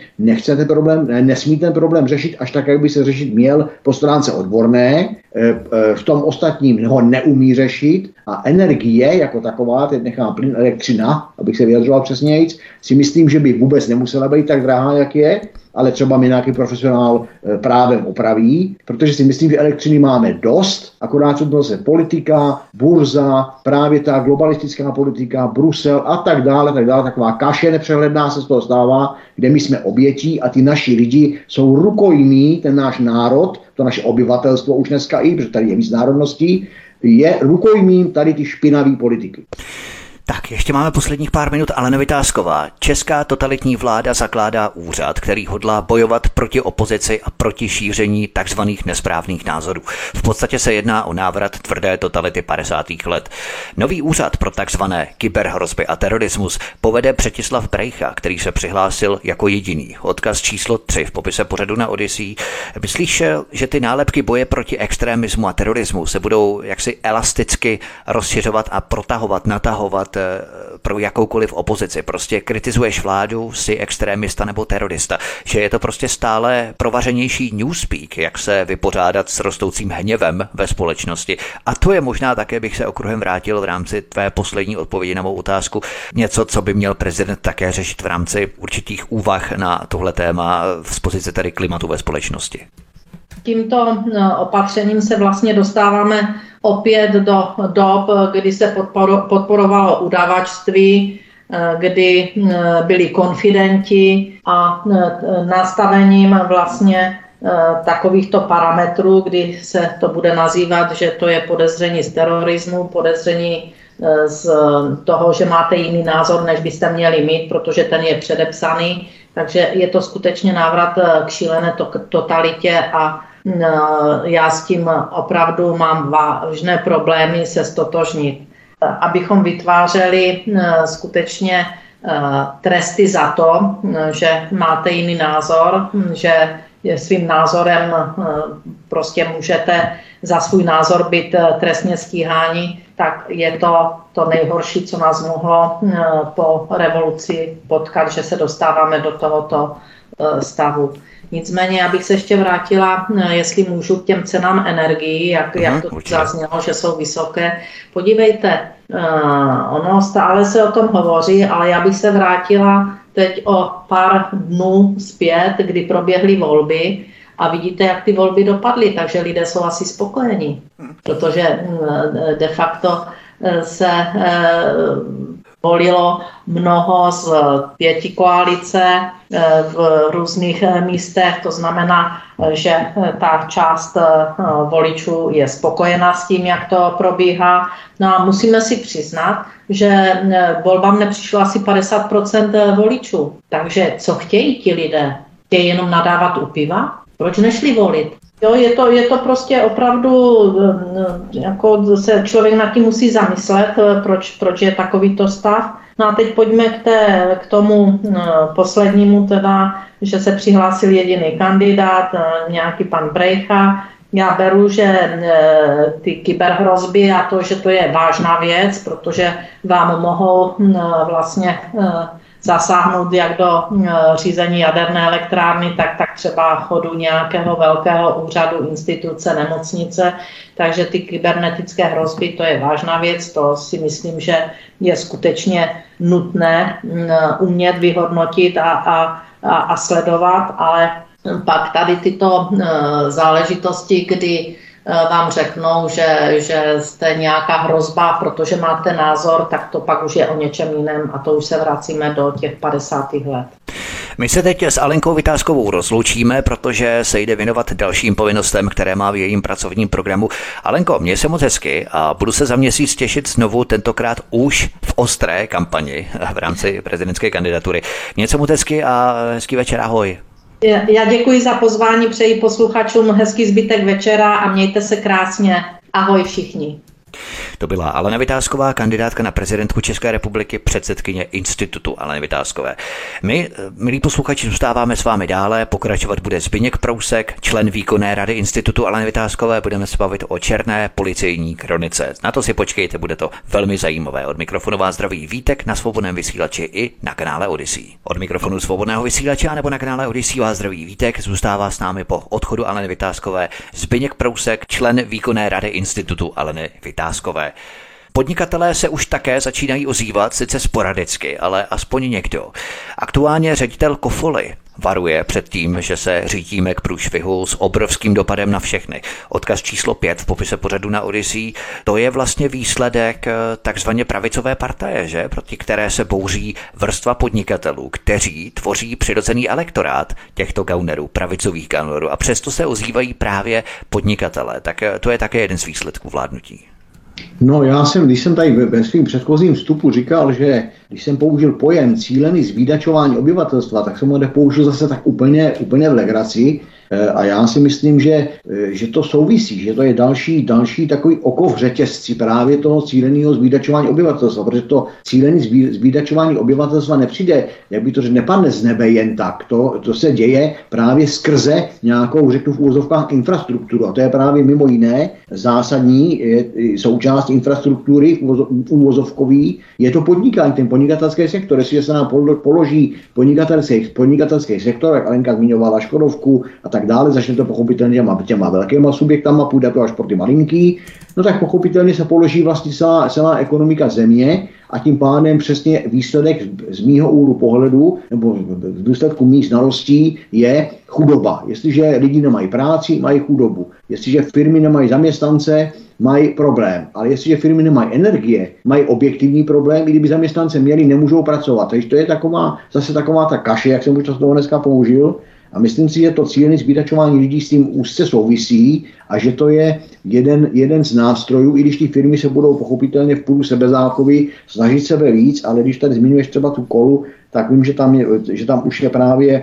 C: nesmí ten problém řešit až tak, jak by se řešit měl po stránce odborné, v tom ostatním ho neumí řešit a energie jako taková, teď nechám plyn, elektřina, abych se vyjadřoval přesnějc, si myslím, že by vůbec nemusela být tak drahá, jak je, ale třeba mi nějaký profesionál právem opraví, protože si myslím, že elektřiny máme dost, akorát jsou to se politika, burza, právě ta globalistická politika, Brusel a tak dále, taková kaše nepřehledná se z toho stává, kde my jsme obětí a ty naši lidi jsou rukojmí, ten náš národ, to naše obyvatelstvo už dneska i, protože tady je víc národností, je rukojmím tady ty špinavé politiky.
A: Tak, ještě máme posledních pár minut. Alena Vitásková. Česká totalitní vláda zakládá úřad, který hodlá bojovat proti opozici a proti šíření takzvaných nesprávných názorů. V podstatě se jedná o návrat tvrdé totality 50. let. Nový úřad pro takzvané kyberhrozby a terorismus povede Přetislav Brejcha, který se přihlásil jako jediný. Odkaz číslo 3 v popise pořadu na Odyssey. Myslíš, že ty nálepky boje proti extremismu a terorismu se budou jaksi elasticky rozšiřovat a protahovat, natahovat pro jakoukoliv opozici? Prostě kritizuješ vládu, jsi extrémista nebo terorista. Že je to prostě stále provařenější newspeak, jak se vypořádat s rostoucím hněvem ve společnosti. A to je možná také, bych se okruhem vrátil v rámci tvé poslední odpovědi na mou otázku, něco, co by měl prezident také řešit v rámci určitých úvah na tohle téma z pozice tedy klimatu ve společnosti.
B: Tímto opatřením se vlastně dostáváme opět do dob, kdy se podporovalo udavačství, kdy byli konfidenti a nastavením vlastně takovýchto parametrů, kdy se to bude nazývat, že to je podezření z terorismu, podezření z toho, že máte jiný názor, než byste měli mít, protože ten je předepsaný. Takže je to skutečně návrat k šílené totalitě a já s tím opravdu mám vážné problémy se stotožnit. Abychom vytvářeli skutečně tresty za to, že máte jiný názor, že svým názorem prostě můžete za svůj názor být trestně stíháni, tak je to nejhorší, co nás mohlo po revoluci potkat, že se dostáváme do tohoto stavu. Nicméně, abych se ještě vrátila, jestli můžu, k těm cenám energií, jak to zaznělo, že jsou vysoké. Podívejte, ono stále se o tom hovoří, ale já bych se vrátila teď o pár dnů zpět, kdy proběhly volby a vidíte, jak ty volby dopadly, takže lidé jsou asi spokojení, protože de facto se volilo mnoho z pětikoalice v různých místech, to znamená, že ta část voličů je spokojená s tím, jak to probíhá. No a musíme si přiznat, že volbám nepřišlo asi 50% voličů. Takže co chtějí ti lidé? Chtějí jenom nadávat u piva? Proč nešli volit? Jo, je to prostě opravdu, jako se člověk nad tím musí zamyslet, proč je takovýto stav. No a teď pojďme k tomu poslednímu, teda, že se přihlásil jediný kandidát, nějaký pan Brejcha. Já beru, že ty kyberhrozby a to, že to je vážná věc, protože vám mohou vlastně zasáhnout jak do řízení jaderné elektrárny, tak třeba chodu nějakého velkého úřadu, instituce, nemocnice. Takže ty kybernetické hrozby, to je vážná věc, to si myslím, že je skutečně nutné umět vyhodnotit a sledovat, ale pak tady tyto záležitosti, kdy vám řeknou, že jste nějaká hrozba, protože máte názor, tak to pak už je o něčem jiném a to už se vracíme do těch 50. let.
A: My se teď s Alenkou Vitáskovou rozloučíme, protože se jde věnovat dalším povinnostem, které má v jejím pracovním programu. Alenko, měj se moc hezky a budu se za měsíc těšit znovu, tentokrát už v ostré kampani v rámci prezidentské kandidatury. Měj se moc hezky a hezký večer, ahoj.
B: Já děkuji za pozvání, přeji posluchačům hezký zbytek večera a mějte se krásně. Ahoj všichni.
A: To byla Alena Vitásková, kandidátka na prezidentku České republiky, předsedkyně Institutu Aleny Vitáskové. My, milí posluchači, zůstáváme s vámi dále, pokračovat bude Zbyněk Prousek, člen výkonné rady Institutu Aleny Vitáskové, budeme se bavit o černé policejní kronice. Na to si počkejte, bude to velmi zajímavé. Od mikrofonu vás zdraví Vítek na Svobodném vysílači i na kanále Odyssey. Od mikrofonu Svobodného vysílače a nebo na kanále Odyssey vás zdraví Vítek, zůstává s námi po odchodu Aleny Vitáskové Zbyněk Prousek, člen výkonné rady Institutu Aleny Vitáskové. Podnikatelé se už také začínají ozývat, sice sporadicky, ale aspoň někdo. Aktuálně ředitel Kofoly varuje před tím, že se řítíme k průšvihu s obrovským dopadem na všechny. Odkaz číslo 5 v popise pořadu na Odyssey, to je vlastně výsledek takzvaně pravicové partaje, že? Proti které se bouří vrstva podnikatelů, kteří tvoří přirozený elektorát těchto gaunerů, pravicových gaunerů a přesto se ozývají právě podnikatelé. Tak to je také jeden z výsledků vládnutí.
C: No když jsem tady ve svým předchozím vstupu říkal, že když jsem použil pojem cílený zvídačování obyvatelstva, tak jsem ho použil zase tak úplně v legraci. A já si myslím, že to souvisí, že to je další takový oko v řetězci právě toho cíleného zvídačování obyvatelstva, protože to cílené zvídačování obyvatelstva nepřijde, jak by to řekl, nepadne z nebe jen tak. To se děje právě skrze nějakou, řeknu v úvozovkách, infrastrukturu. A to je právě mimo jiné zásadní součást infrastruktury úvozovkový. Je to podnikání, ten podnikatelský sektor, jestliže se nám položí podnikatelský sektor, jak Alenka zmiňovala Škodovku a tak dále, začne to pochopitelně těma velkýma subjektama, půjde to až po ty malinký, no tak pochopitelně se položí vlastně celá ekonomika země a tím pádem přesně výsledek z mýho úhlu pohledu nebo v důsledku mých znalostí je chudoba. Jestliže lidi nemají práci, mají chudobu. Jestliže firmy nemají zaměstnance, mají problém. Ale jestliže firmy nemají energie, mají objektivní problém, i kdyby zaměstnance měli, nemůžou pracovat. Takže to je zase taková ta kaše, jak jsem už to toho dneska použil. A myslím si, že to cílené zbytačování lidí s tím úzce souvisí a že to je jeden z nástrojů, i když ty firmy se budou pochopitelně v půdu sebezáchovy snažit sebe víc, ale když tady zmiňuješ třeba tu Kolu, tak vím, že tam už je právě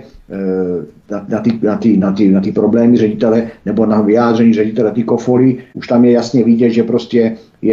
C: na ty problémy ředitele nebo na vyjádření ředitele ty Kofoly, už tam je jasně vidět, že prostě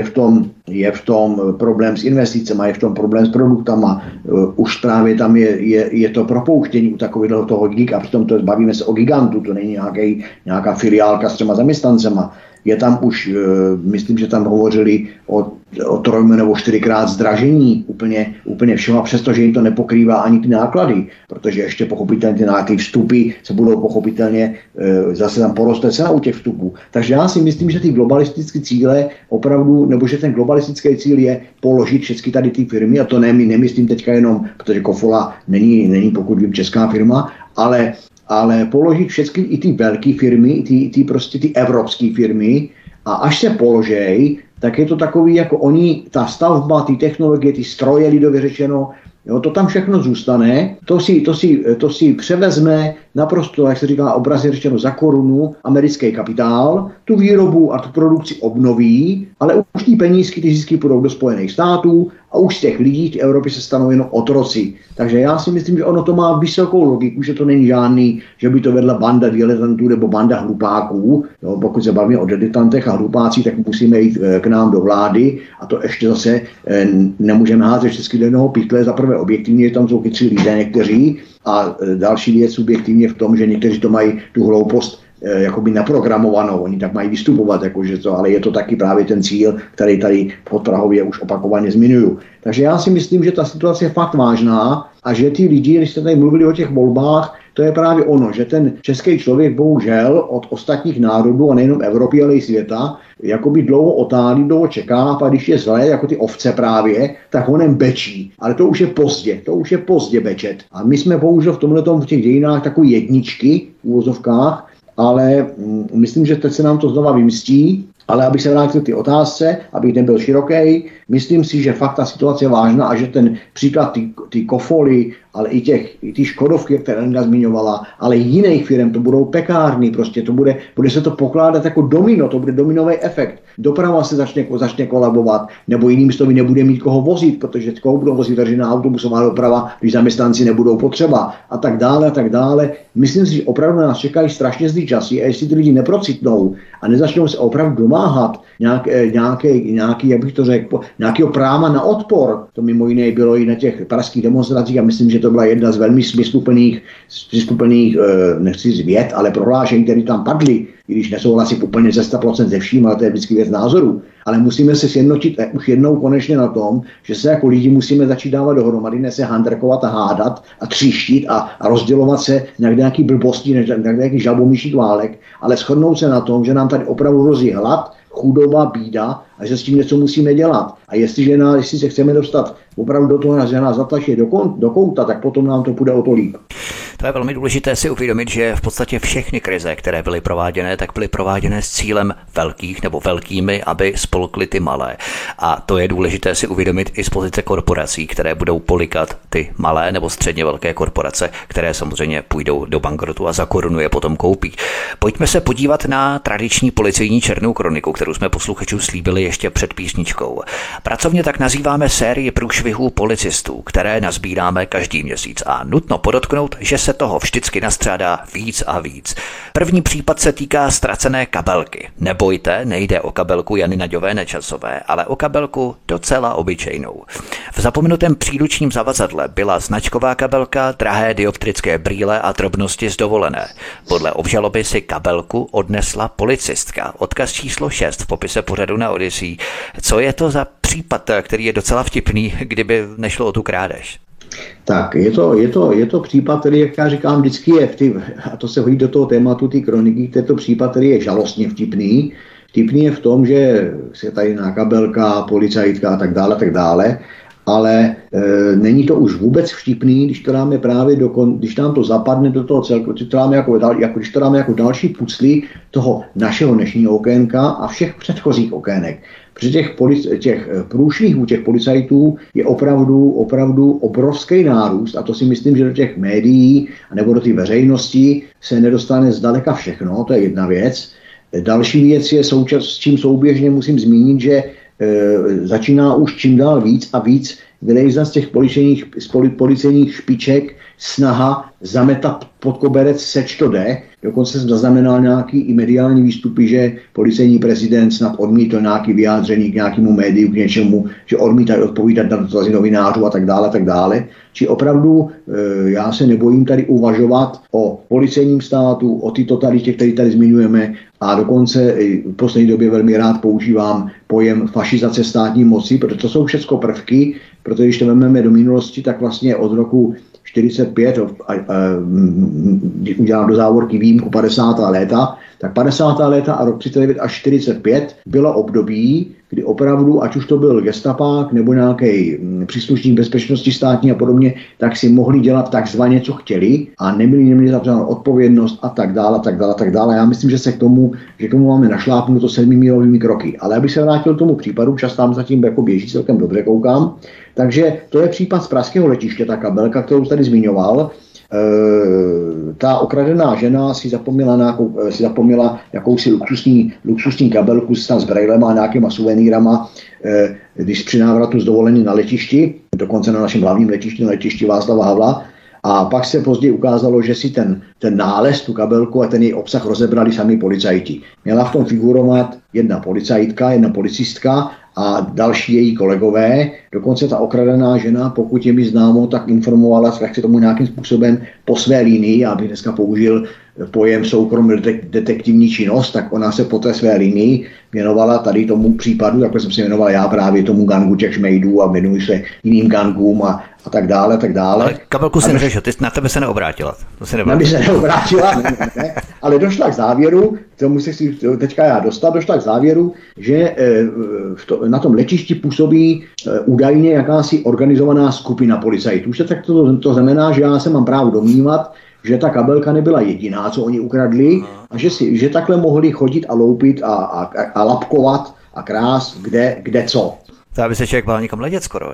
C: je v tom problém s investicemi, je v tom problém s produktama, už právě tam je to propouštění u takového toho giga, přitom bavíme se o gigantu, to není nějaká filiálka s 3 zaměstnancema. Je tam už, myslím, že tam hovořili o 3 nebo 4krát zdražení úplně všeho, přestože jim to nepokrývá ani ty náklady, protože ještě pochopitelně ty vstupy se budou pochopitelně, zase tam poroste cena u těch vstupů. Takže já si myslím, že ty globalistické cíle opravdu, nebo že ten globalistický cíl je položit všechny tady ty firmy, a to nemyslím teďka jenom, protože Kofola není pokud vím česká firma, ale položit všechny i ty velké firmy, prostě ty evropské firmy, a až se položej, tak je to takový, jako oni, ta stavba, ty technologie, ty stroje, lidově řečeno, jo, to tam všechno zůstane, to si převezme naprosto, jak se říká obrazně řečeno, za korunu americký kapitál, tu výrobu a tu produkci obnoví, ale už ty penízky, ty zisky půjdou do Spojených států a už z těch lidí v Evropě se stanou jenom otroci. Takže já si myslím, že ono to má vysokou logiku, že to není žádný, že by to vedla banda diletantů nebo banda hlupáků. Jo, pokud se bavíme o diletantech a hlupácích, tak musíme jít k nám do vlády a to ještě zase nemůžeme házet všechny do jednoho pytle. Za prvé objektivně, že tam jsou chytří lidé někteří a další věc subjektivně v tom, že někteří to mají tu hloupost jakoby naprogramovanou, oni tak mají vystupovat, jakože to, ale je to taky právě ten cíl, který tady v Podprahově už opakovaně zmiňuju. Takže já si myslím, že ta situace je fakt vážná a že ty lidi, když jste tady mluvili o těch volbách, to je právě ono, že ten český člověk bohužel od ostatních národů, a nejenom Evropy, ale i světa, jakoby dlouho otálí, dlouho čeká, a když je zlé, jako ty ovce právě, tak honem bečí. Ale to už je pozdě bečet. A my jsme bohužel v těch dějinách takové jedničky v úvozovkách, ale myslím, že teď se nám to znova vymstí. Ale abych se vrátil k té otázce, abych nebyl široký, myslím si, že fakt ta situace je vážná a že ten příklad ty Kofoly, ale i ty Škodovky, které Lenka zmiňovala, ale jiných firm, to budou pekárny, prostě to bude se to pokládat jako domino, to bude dominový efekt. Doprava se začne kolabovat, nebo jiným slovy nebude mít koho vozit, protože koho budou vozit veřejná autobusová doprava, když zaměstnanci nebudou potřeba a tak dále. Myslím si, že opravdu nás čekají strašně zlý časy a jestli ty lidi neprocitnou a nezačnou se opravdu domáhat nějaký, jak bych to řekl, nějakého práva na odpor. To mimo jiné bylo i na těch pražských demonstracích a myslím, že to byla jedna z velmi smysluplných nechci říct vět, ale prohlášení, které tam padly, i když nesouhlasím úplně ze 100% ze vším, ale to je vždycky věc názoru. Ale musíme se sjednotit už jednou konečně na tom, že se jako lidi musíme začít dávat dohromady, ne se handrkovat a hádat a tříštit a rozdělovat se na nějaký blbosti, na nějaký žabomyších válek, ale shodnout se na tom, že nám tady opravdu hrozí hlad, chudoba, bída a že s tím něco musíme dělat. A jestli se chceme dostat opravdu do toho, že nás zatlačí do kouta, tak potom nám to půjde o to líp.
A: To je velmi důležité si uvědomit, že v podstatě všechny krize, které byly prováděné, tak byly prováděné s cílem velkých nebo velkými, aby spolkly ty malé. A to je důležité si uvědomit i z pozice korporací, které budou polikat ty malé nebo středně velké korporace, které samozřejmě půjdou do bankrotu a za korunu je potom koupí. Pojďme se podívat na tradiční policejní černou kroniku, kterou jsme posluchačům slíbili ještě před písničkou. Pracovně tak nazýváme sérii průšvihů policistů, které nazbíráme každý měsíc a nutno podotknout, že se toho vždycky nastřádá víc a víc. První případ se týká ztracené kabelky. Nebojte, nejde o kabelku Jany Naďové Nečasové, ale o kabelku docela obyčejnou. V zapomenutém příručním zavazadle byla značková kabelka, drahé dioptrické brýle a drobnosti z dovolené. Podle obžaloby si kabelku odnesla policistka. Odkaz číslo 6 v popise pořadu na Odyssey. Co je to za případ, který je docela vtipný, kdyby nešlo o tu krádež?
C: Tak, je to případ, který, jak já říkám, vždycky je a to se hodí do toho tématu té kroniky, to je to případ, který je žalostně vtipný. Vtipný je v tom, že se tady na kabelka, policajtka a tak dále, ale není to už vůbec vtipný, když to dáme právě když nám to zapadne do toho celku, když to dáme jako další pucly toho našeho dnešního okénka a všech předchozích okének. Protože těch průšvihů těch policajtů je opravdu obrovský nárůst a to si myslím, že do těch médií nebo do té veřejnosti se nedostane zdaleka všechno, to je jedna věc. Další věc je s čím souběžně musím zmínit, že začíná už čím dál víc a víc vylejzat z těch policejních špiček snaha zametat pod koberec seč to jde. Dokonce jsem zaznamenal nějaký i mediální výstupy, že policejní prezident snad odmítl nějaký vyjádření k nějakému médiu, k něčemu, že odmítají odpovídat na dotazy novinářů a tak dále. Či opravdu já se nebojím tady uvažovat o policejním státu, o ty totalitě, které tady zmiňujeme a dokonce v poslední době velmi rád používám pojem fašizace státní moci, protože to jsou všechno prvky, protože když to vezmeme do minulosti, tak vlastně od roku 45, udělám do závorky výjimku 50. léta, tak 50. léta a rok 39 až 45 bylo období, kdy opravdu, ať už to byl gestapák nebo nějaký příslušník bezpečnosti státní a podobně, tak si mohli dělat takzvaně, co chtěli a neměli za to odpovědnost a tak dále. Já myslím, že k tomu máme našlápnuto 7mílovými kroky. Ale abych se vrátil k tomu případu, čas tam zatím jako běží celkem dobře, koukám. Takže to je případ z pražského letiště, ta kabelka, kterou tady zmiňoval. Ta okradená žena si zapomněla jakousi luxusní kabelku s brailem a nějakýma suvenýrama, když při návratu z dovolení na letišti, dokonce na našem hlavním letišti, na letišti Václava Havla. A pak se později ukázalo, že si ten nález, tu kabelku a ten její obsah rozebrali sami policajti. Měla v tom figurovat jedna policajtka, jedna policistka a další její kolegové. Dokonce ta okradená žena, pokud je mi známo, tak informovala, jak se tomu nějakým způsobem po své linii, já bych dneska použil pojem soukromý detektivní činnost, tak ona se po té své linii věnovala tady tomu případu, jako jsem se věnoval já právě tomu gangu těch šmejdů a věnuji se jiným gangům a tak dále.
A: Ale kabelku si neřešil, ty na tebe se neobrátila.
C: Na mě se neobrátila, ne, ale došla k závěru, k tomu se chci teďka já dostat, došla k závěru, že na tom letišti působí údajně jakási organizovaná skupina policajtů. Tak to znamená, že já se mám právo domnívat, že ta kabelka nebyla jediná, co oni ukradli a že takhle mohli chodit a loupit a lapkovat a krást kde co.
A: To aby se člověk bál někam letět skoro.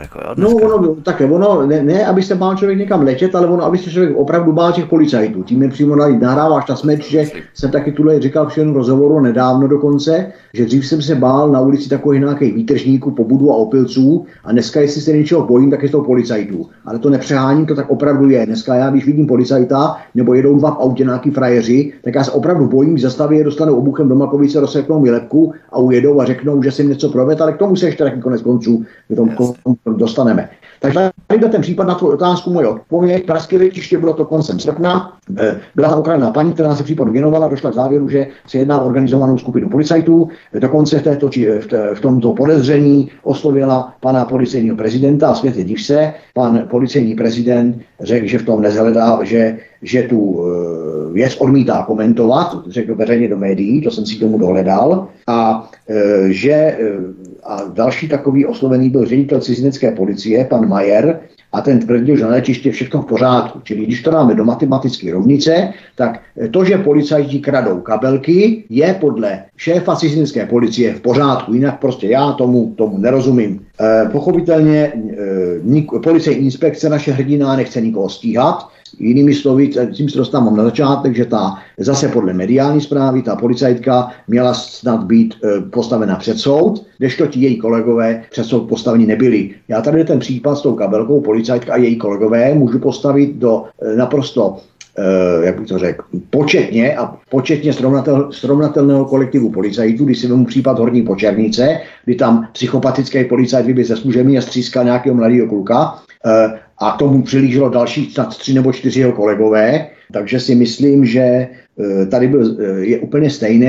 C: Ne, aby se bál člověk někam letět, ale aby se člověk opravdu bál těch policajtů. Tím je přímo nahráváš ta smeč, že jsem taky tuhle říkal v jednom rozhovoru nedávno dokonce, že dřív jsem se bál na ulici takových nějakých výtržníků, pobudu a opilců a dneska, jestli se něčeho bojím, tak je to policajtů. Ale to nepřeháním, to tak opravdu je. Dneska já, když vidím policajta nebo jedou dva v autě nějaký frajeři, tak já se opravdu bojím, zastaví je, dostanou obuchem do Makovice, rozseknou mi lebku a ujedou a řeknou, že jsem něco provedl, ale k tomu se ještě taky konec konců dostaneme. Takže tady ten případ na tvou otázku moje odpověď. Pražské letiště bylo to koncem srpna. Byla ukradená paní, která se případu věnovala, došla k závěru, že se jedná o organizovanou skupinu policajtů. Dokonce v tomto podezření oslovila pana policejního prezidenta a světě div se. Pan policejní prezident řekl, že v tom nezhledá, že tu věc odmítá komentovat, řekl veřejně do médií, to jsem si k tomu dohledal, a další takový oslovený byl ředitel cizinecké policie, pan Majer, a ten tvrdil, že na letiště všechno v pořádku. Čili když to dáme do matematické rovnice, tak to, že policajti kradou kabelky, je podle šéfa cizinecké policie v pořádku. Jinak prostě já tomu nerozumím. Pochopitelně policejní inspekce, naše hrdina, nechce nikoho stíhat. Jinými slovy, tím se dostávám na začátek, že zase podle mediální zprávy ta policajtka měla snad být postavena před soud, kdežto ti její kolegové před soud postaveni nebyli. Já tady ten případ s tou kabelkou policajtka a její kolegové můžu postavit do naprosto jak bych to řekl, početně srovnatelného kolektivu policajtů, když si vemu případ Horní Počernice, kdy tam psychopatický policajt vyběh ze služebny a stříská nějakého mladého kluka a k tomu přilížilo další snad 3 nebo 4 jeho kolegové, takže si myslím, že tady je úplně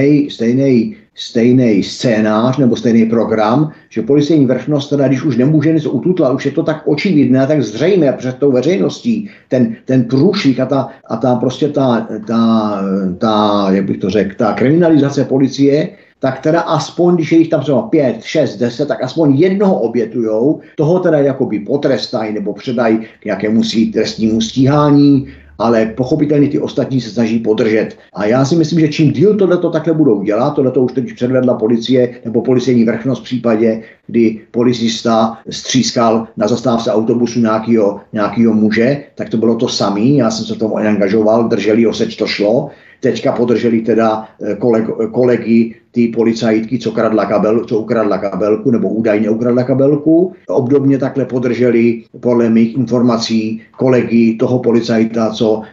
C: stejný scénář nebo stejný program, že policejní vrchnost, teda když už nemůže nic ututla, už je to tak očividné a tak zřejmé před tou veřejností, ten průšvih a ta prostě jak bych to řekl, ta kriminalizace policie, tak teda aspoň, když je jich tam třeba 5, 6, 10, tak aspoň jednoho obětujou, toho teda jakoby potrestají nebo předají k nějakému trestnímu stíhání, ale pochopitelně ty ostatní se snaží podržet. A já si myslím, že čím díl tohleto takhle budou dělat, tohleto už teď předvedla policie nebo policejní vrchnost v případě, kdy policista střískal na zastávce autobusu nějakýho muže, tak to bylo to samý, já jsem se tomu angažoval, drželi ho, seč to šlo. Teďka podrželi teda kolegy ty policajtky, co ukradla kabelku, nebo údajně ukradla kabelku. Obdobně takhle podrželi podle mých informací kolegy toho policajta, co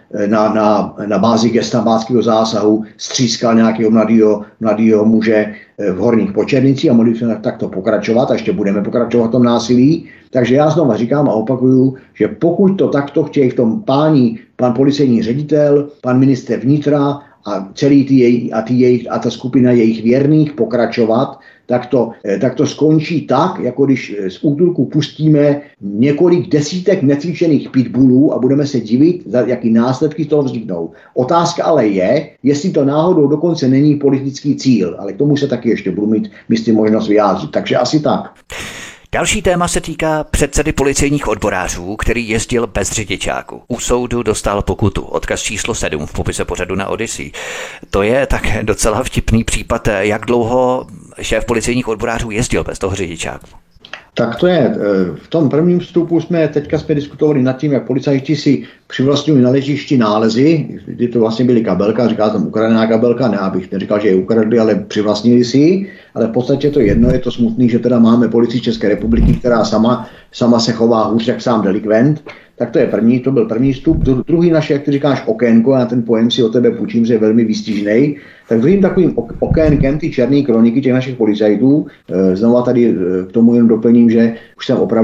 C: na bázi gestapáckého zásahu střískal nějakého mladého muže v Horních Počernicích a mohli jsme takto pokračovat a ještě budeme pokračovat v tom násilí. Takže já znovu říkám a opakuju, že pokud to takto chtějí v tom pan policejní ředitel, pan ministr vnitra a celý ta skupina jejich věrných pokračovat, tak to skončí tak, jako když z útulku pustíme několik desítek necvičených pitbullů a budeme se divit, jaký následky z toho vzniknou. Otázka ale je, jestli to náhodou dokonce není politický cíl, ale k tomu se taky ještě budu mít možnost vyjádřit. Takže asi tak.
A: Další téma se týká předsedy policejních odborářů, který jezdil bez řidičáku. U soudu dostal pokutu, odkaz číslo 7 v popise pořadu na Odyssey. To je tak docela vtipný případ, jak dlouho šéf policejních odborářů jezdil bez toho řidičáku.
C: Tak to je, v tom prvním vstupu jsme diskutovali nad tím, jak policajti si přivlastňují na ležišti nálezy, kdy to vlastně byly kabelka, říkal tam ukradená kabelka, ne, abych neříkal, že je ukradli, ale přivlastnili si ji, ale v podstatě to jedno, je to smutný, že teda máme policii České republiky, která sama se chová hůř jak sám delikvent. Tak to byl první vstup. Druhý naše, jak ty říkáš, okénko, já ten pojem si o tebe půjčím, že je velmi výstižnej. Tak druhým takovým okénkem ty černé kroniky těch našich policajtů, znova tady k tomu jen doplním, že už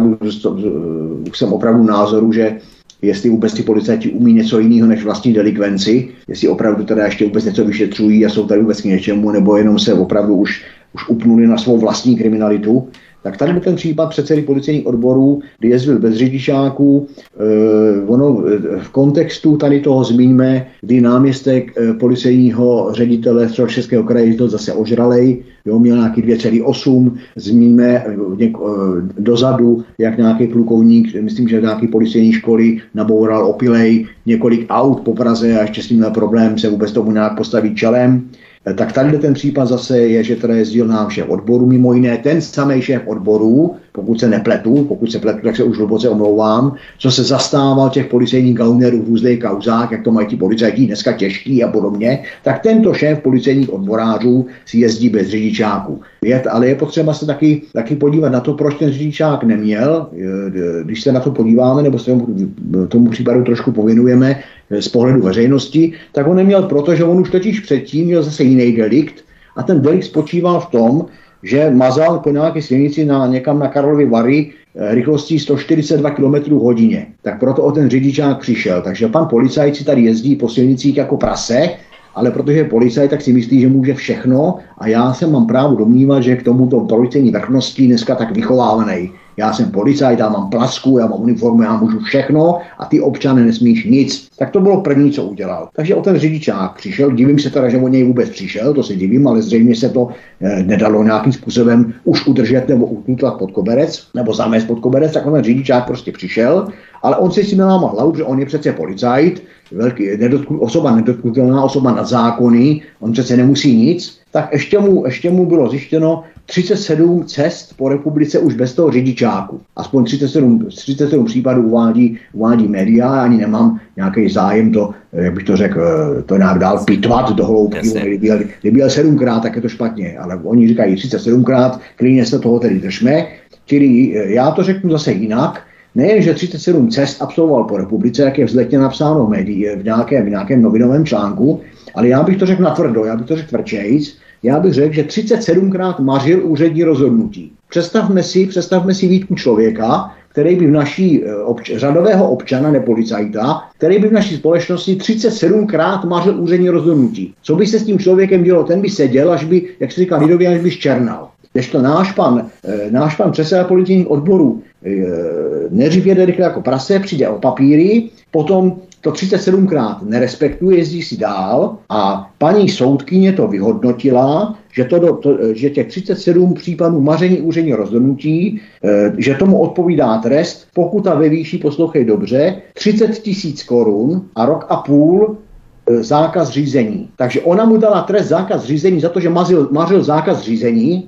C: jsem opravdu názoru, že jestli vůbec ty policajti umí něco jiného než vlastní delikvenci, jestli opravdu teda ještě vůbec něco vyšetřují a jsou tady vůbec k něčemu, nebo jenom se opravdu už upnuli na svou vlastní kriminalitu. Tak tady byl ten případ předsedy policejních odborů, kdy jezdil bez řidičáků. V kontextu tady toho zmíníme, kdy náměstek policejního ředitele Středočeského kraje jezdil zase ožralej, měl nějaký 2,8, zmíníme dozadu, jak nějaký plukovník, myslím, že nějaký policejní školy naboural opilej několik aut po Praze a ještě s tím měl problém se vůbec tomu nějak postavit čelem. Tak tady ten případ zase je, že teda jezdil nám šéf odboru, mimo jiné ten samý šéf odboru, pokud se pletu, tak se už hluboce omlouvám, co se zastával těch policejních gaunerů v různých kauzách, jak to mají ti policajti dneska těžký a podobně, tak tento šéf policejních odborářů si jezdí bez řidičáku. Ale je potřeba se taky podívat na to, proč ten řidičák neměl, když se na to podíváme, nebo se tomu případu trošku pověnujeme z pohledu veřejnosti, tak on neměl, protože on už totiž předtím měl zase jiný delikt a ten delikt spočíval v tom, že mazal po nějaké silnici někam na Karlovy Vary rychlostí 142 km/h. Tak proto o ten řidičák přišel. Takže pan policajt si tady jezdí po silnicích jako prase, ale protože je policajt, tak si myslí, že může všechno a já se mám právo domnívat, že k tomuto policejní vrchnosti dneska tak vychovávaný. Já jsem policajt, já mám plasku, já mám uniformu, já můžu všechno a ty občané nesmíš nic. Tak to bylo první, co udělal. Takže o ten řidičák přišel, divím se teda, že o něj vůbec přišel, to se divím, ale zřejmě se to nedalo nějakým způsobem už udržet nebo ututlat pod koberec, nebo zamést pod koberec, tak ten řidičák prostě přišel, ale on si s tím nelámal hlavu, že on je přece policajt, osoba nedotknutelná, osoba nad zákony, on přece nemusí nic, tak ještě mu bylo zjištěno 37 cest po republice už bez toho řidičáku. Aspoň 37 případů uvádí média, já ani nemám nějaký zájem to, jak bych to řekl, to nějak dál pitvat do hloubky. Kdyby jel 7krát, tak je to špatně, ale oni říkají 37krát, klidně se toho tedy držme. Čili já to řeknu zase jinak. Nejen, že 37 cest absolvoval po republice, jak je vzletně napsáno v médii, v nějakém novinovém článku, ale já bych to řekl natvrdo, já bych to řekl tvrdšejc, já bych řekl, že 37krát mařil úřední rozhodnutí. Představme si výtku člověka, který by v naší řadového občana, nepolicajta, který by v naší společnosti 37krát mařil úřední rozhodnutí. Co by se s tím člověkem dělo? Ten by seděl, až by, jak se říká lidově, až by ščernal. Kdežto náš pan předseda policejních odborů nejdřív jede rychle jako prase, přijde o papíry, potom to 37krát nerespektuje, jezdí si dál a paní soudkyně to vyhodnotila, že těch 37 případů maření úřední rozhodnutí, že tomu odpovídá trest, pokuta ve výši, poslouchej dobře, 30 000 korun a rok a půl zákaz řízení. Takže ona mu dala trest zákaz řízení za to, že mařil zákaz řízení,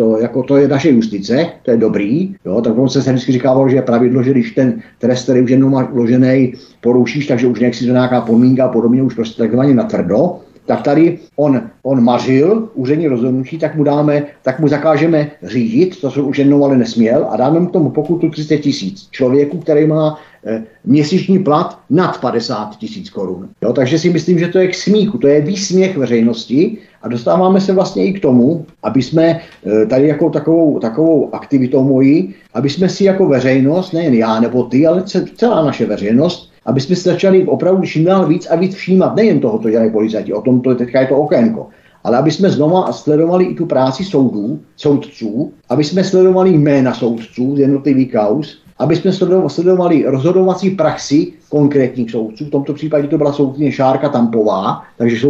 C: to je naše justice, to je dobrý, jo, tak on se vždycky říkával, že je pravidlo, že když ten trest, který už jednou máš uložený, porušíš, takže už neexistuje nějaká podmínka a podobně, už prostě takzvaně natvrdo, tak tady on mařil úřední rozhodnutí, tak mu zakážeme řídit, to už jednou ale nesměl a dáme mu k tomu pokutu 30 000 člověku, který má měsíční plat nad 50 000 korun. Jo, takže si myslím, že to je k smíchu, to je výsměch veřejnosti a dostáváme se vlastně i k tomu, aby jsme tady jako takovou aktivitou mojí, aby jsme si jako veřejnost, nejen já nebo ty, ale celá naše veřejnost, aby jsme se začali opravdu čím dál víc a víc všímat nejen toho, co dělají policajti, o tom teďka je to okénko, ale aby jsme znova sledovali i tu práci soudců, aby jsme sledovali jména soudců z jednotlivých kauz, aby jsme sledovali rozhodovací praxi konkrétních soudců. V tomto případě to byla soudkyně Šárka Tampová, takže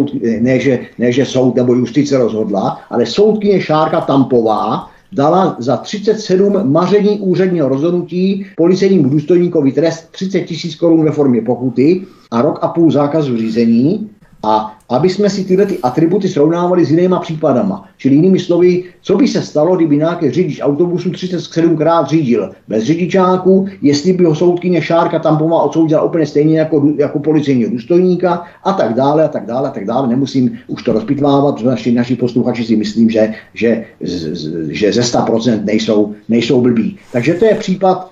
C: ne, že soud nebo justice rozhodla, ale soudkyně Šárka Tampová dala za 37 maření úředního rozhodnutí policejnímu důstojníkovi trest 30 000 korun ve formě pokuty a rok a půl zákazu řízení. A aby jsme si tyhle ty atributy srovnávali s jinýma případama. Čili jinými slovy, co by se stalo, kdyby nějaký řidič autobusu 37krát řídil bez řidičáku, jestli by ho soudkyně Šárka Tampová odsoudila úplně stejně jako policejního důstojníka a tak dále. Nemusím už to rozpitvávat, protože naši posluchači si myslím, že ze 100% nejsou blbí. Takže to je případ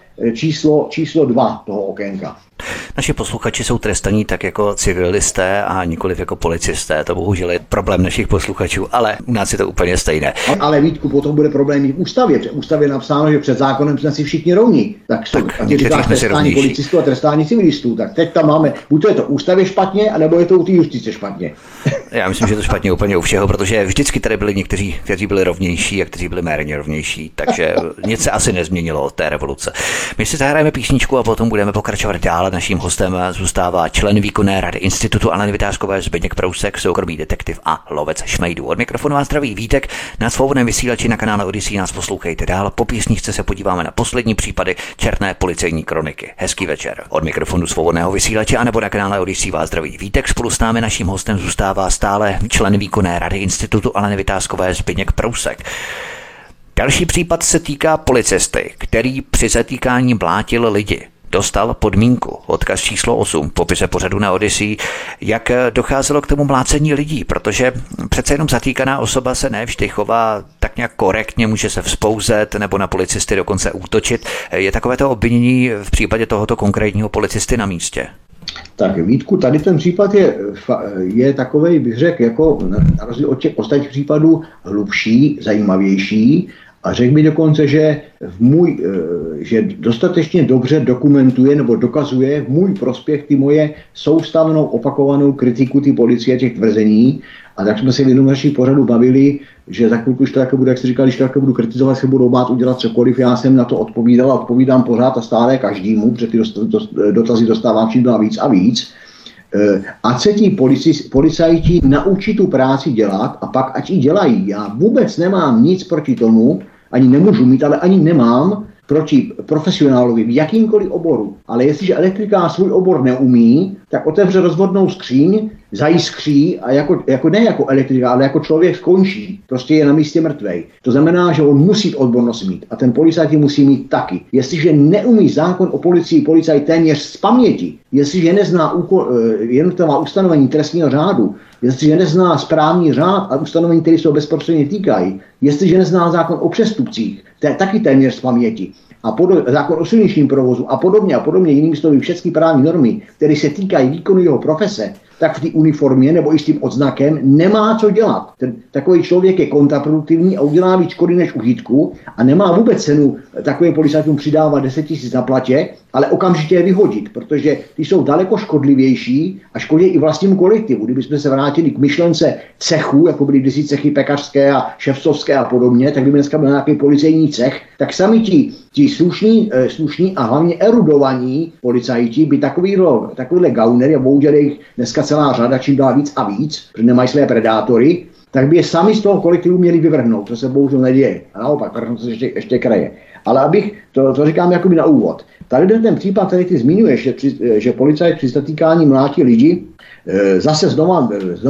C: číslo 2 toho okénka.
A: Naši posluchači jsou trestaní tak jako civilisté a nikoliv jako policisté. To bohužel je problém našich posluchačů, ale u nás je to úplně stejné.
C: Ale Vítku, potom bude problém i v ústavě. V ústavě je napsáno, že před zákonem jsme si všichni rovní. Tak ty říkáš trestání policistů a trestání civilistů. Tak teď tam máme, buď to je to ústavě špatně, anebo je to u té justice špatně.
A: Já myslím, že to špatně úplně u všeho, protože vždycky tady byli někteří, kteří byli rovnější a kteří byli méně rovnější, takže nic se asi nezměnilo od té revoluce. My si zahrajeme písničku a potom budeme pokračovat dál. Naším hostem zůstává člen výkonné rady Institutu Aleny Vytázkové Zbyněk Prousek, soukromý detektiv a lovec šmejdů. Od mikrofonu vás zdraví Vítek, na svobodném vysílači na kanále Odyssey nás poslouchejte dál. Po písničce se podíváme na poslední případy černé policejní kroniky. Hezký večer. Od mikrofonu svobodného vysílače a nebo na kanále Odyssey vás zdraví Vítek. Spolu s námi naším hostem zůstává stále člen výkonné rady Institutu Aleny Vytázkové Zbyněk Prousek. Další případ se týká policisty, který při zatýkání mlátil lidi. Dostal podmínku, odkaz číslo 8, v popise pořadu na Odyssey, jak docházelo k tomu mlácení lidí, protože přece jenom zatýkaná osoba se nevždy chová tak nějak korektně, může se vzpouzet nebo na policisty dokonce útočit. Je takovéto obvinění v případě tohoto konkrétního policisty na místě?
C: Tak Vítku, tady ten případ je takovej, bych řekl, jako na rozdíl od těch ostatních případů hlubší, zajímavější a řekl bych dokonce, že že dostatečně dobře dokumentuje nebo dokazuje v můj prospěch ty moje soustavnou opakovanou kritiku ty policie těch tvrzení. A tak jsme se v jednom našich pořadu bavili, že za chvilku, jak jsi říkal, když to budu kritizovat, se budou bát udělat cokoliv. Já jsem na to odpovídal a odpovídám pořád a stále každému, protože ty dotazy dostávám čím dál víc a víc. Ať se ti policajti naučí tu práci dělat a pak ať ji dělají. Já vůbec nemám nic proti tomu, ani nemůžu mít, ale ani nemám proti profesionálovi v jakýmkoliv oboru. Ale jestliže elektrikář svůj obor neumí, tak otevře rozvodnou skříň, zajiskří a ne jako elektrikář, ale jako člověk skončí. Prostě je na místě mrtvej. To znamená, že on musí odbornost mít a ten policajt musí mít taky. Jestliže neumí zákon o policii policajt téměř z paměti, jestliže nezná jednotlivá ustanovení trestního řádu, jestliže nezná správní řád a ustanovení, které se ho bezprostředně týkají, jestliže nezná zákon o přestupcích, taky téměř z paměti, a zákon o silničním provozu a podobně jinými slovy všechny právní normy, které se týkají výkonu jeho profese, tak v té uniformě nebo i s tím odznakem nemá co dělat. Takový člověk je kontraproduktivní a udělá víc škody než užitku a nemá vůbec cenu takovým policajtům přidávat 10 000 na platě, ale okamžitě je vyhodit, protože ty jsou daleko škodlivější a škodí i vlastnímu kolektivu. Kdybychom se vrátili k myšlence cechu, jako byly kdysi cechy pekařské a ševcovské a podobně, tak kdyby dneska byl nějaký policejní cech, tak sami ti slušní a hlavně erudovaní policajti by takovýhle gaunery, a bohužel jich dneska celá řada, čím dál víc a víc, protože nemají své predátory, tak by je sami z toho kolektivu měli vyvrhnout, to se bohužel neděje. A naopak, vrhnout se ještě kraje. Ale abych, to říkám jakoby na úvod. Tady ten případ, který ty zmiňuješ, že policajt při zatýkání mlátí lidi, zase znova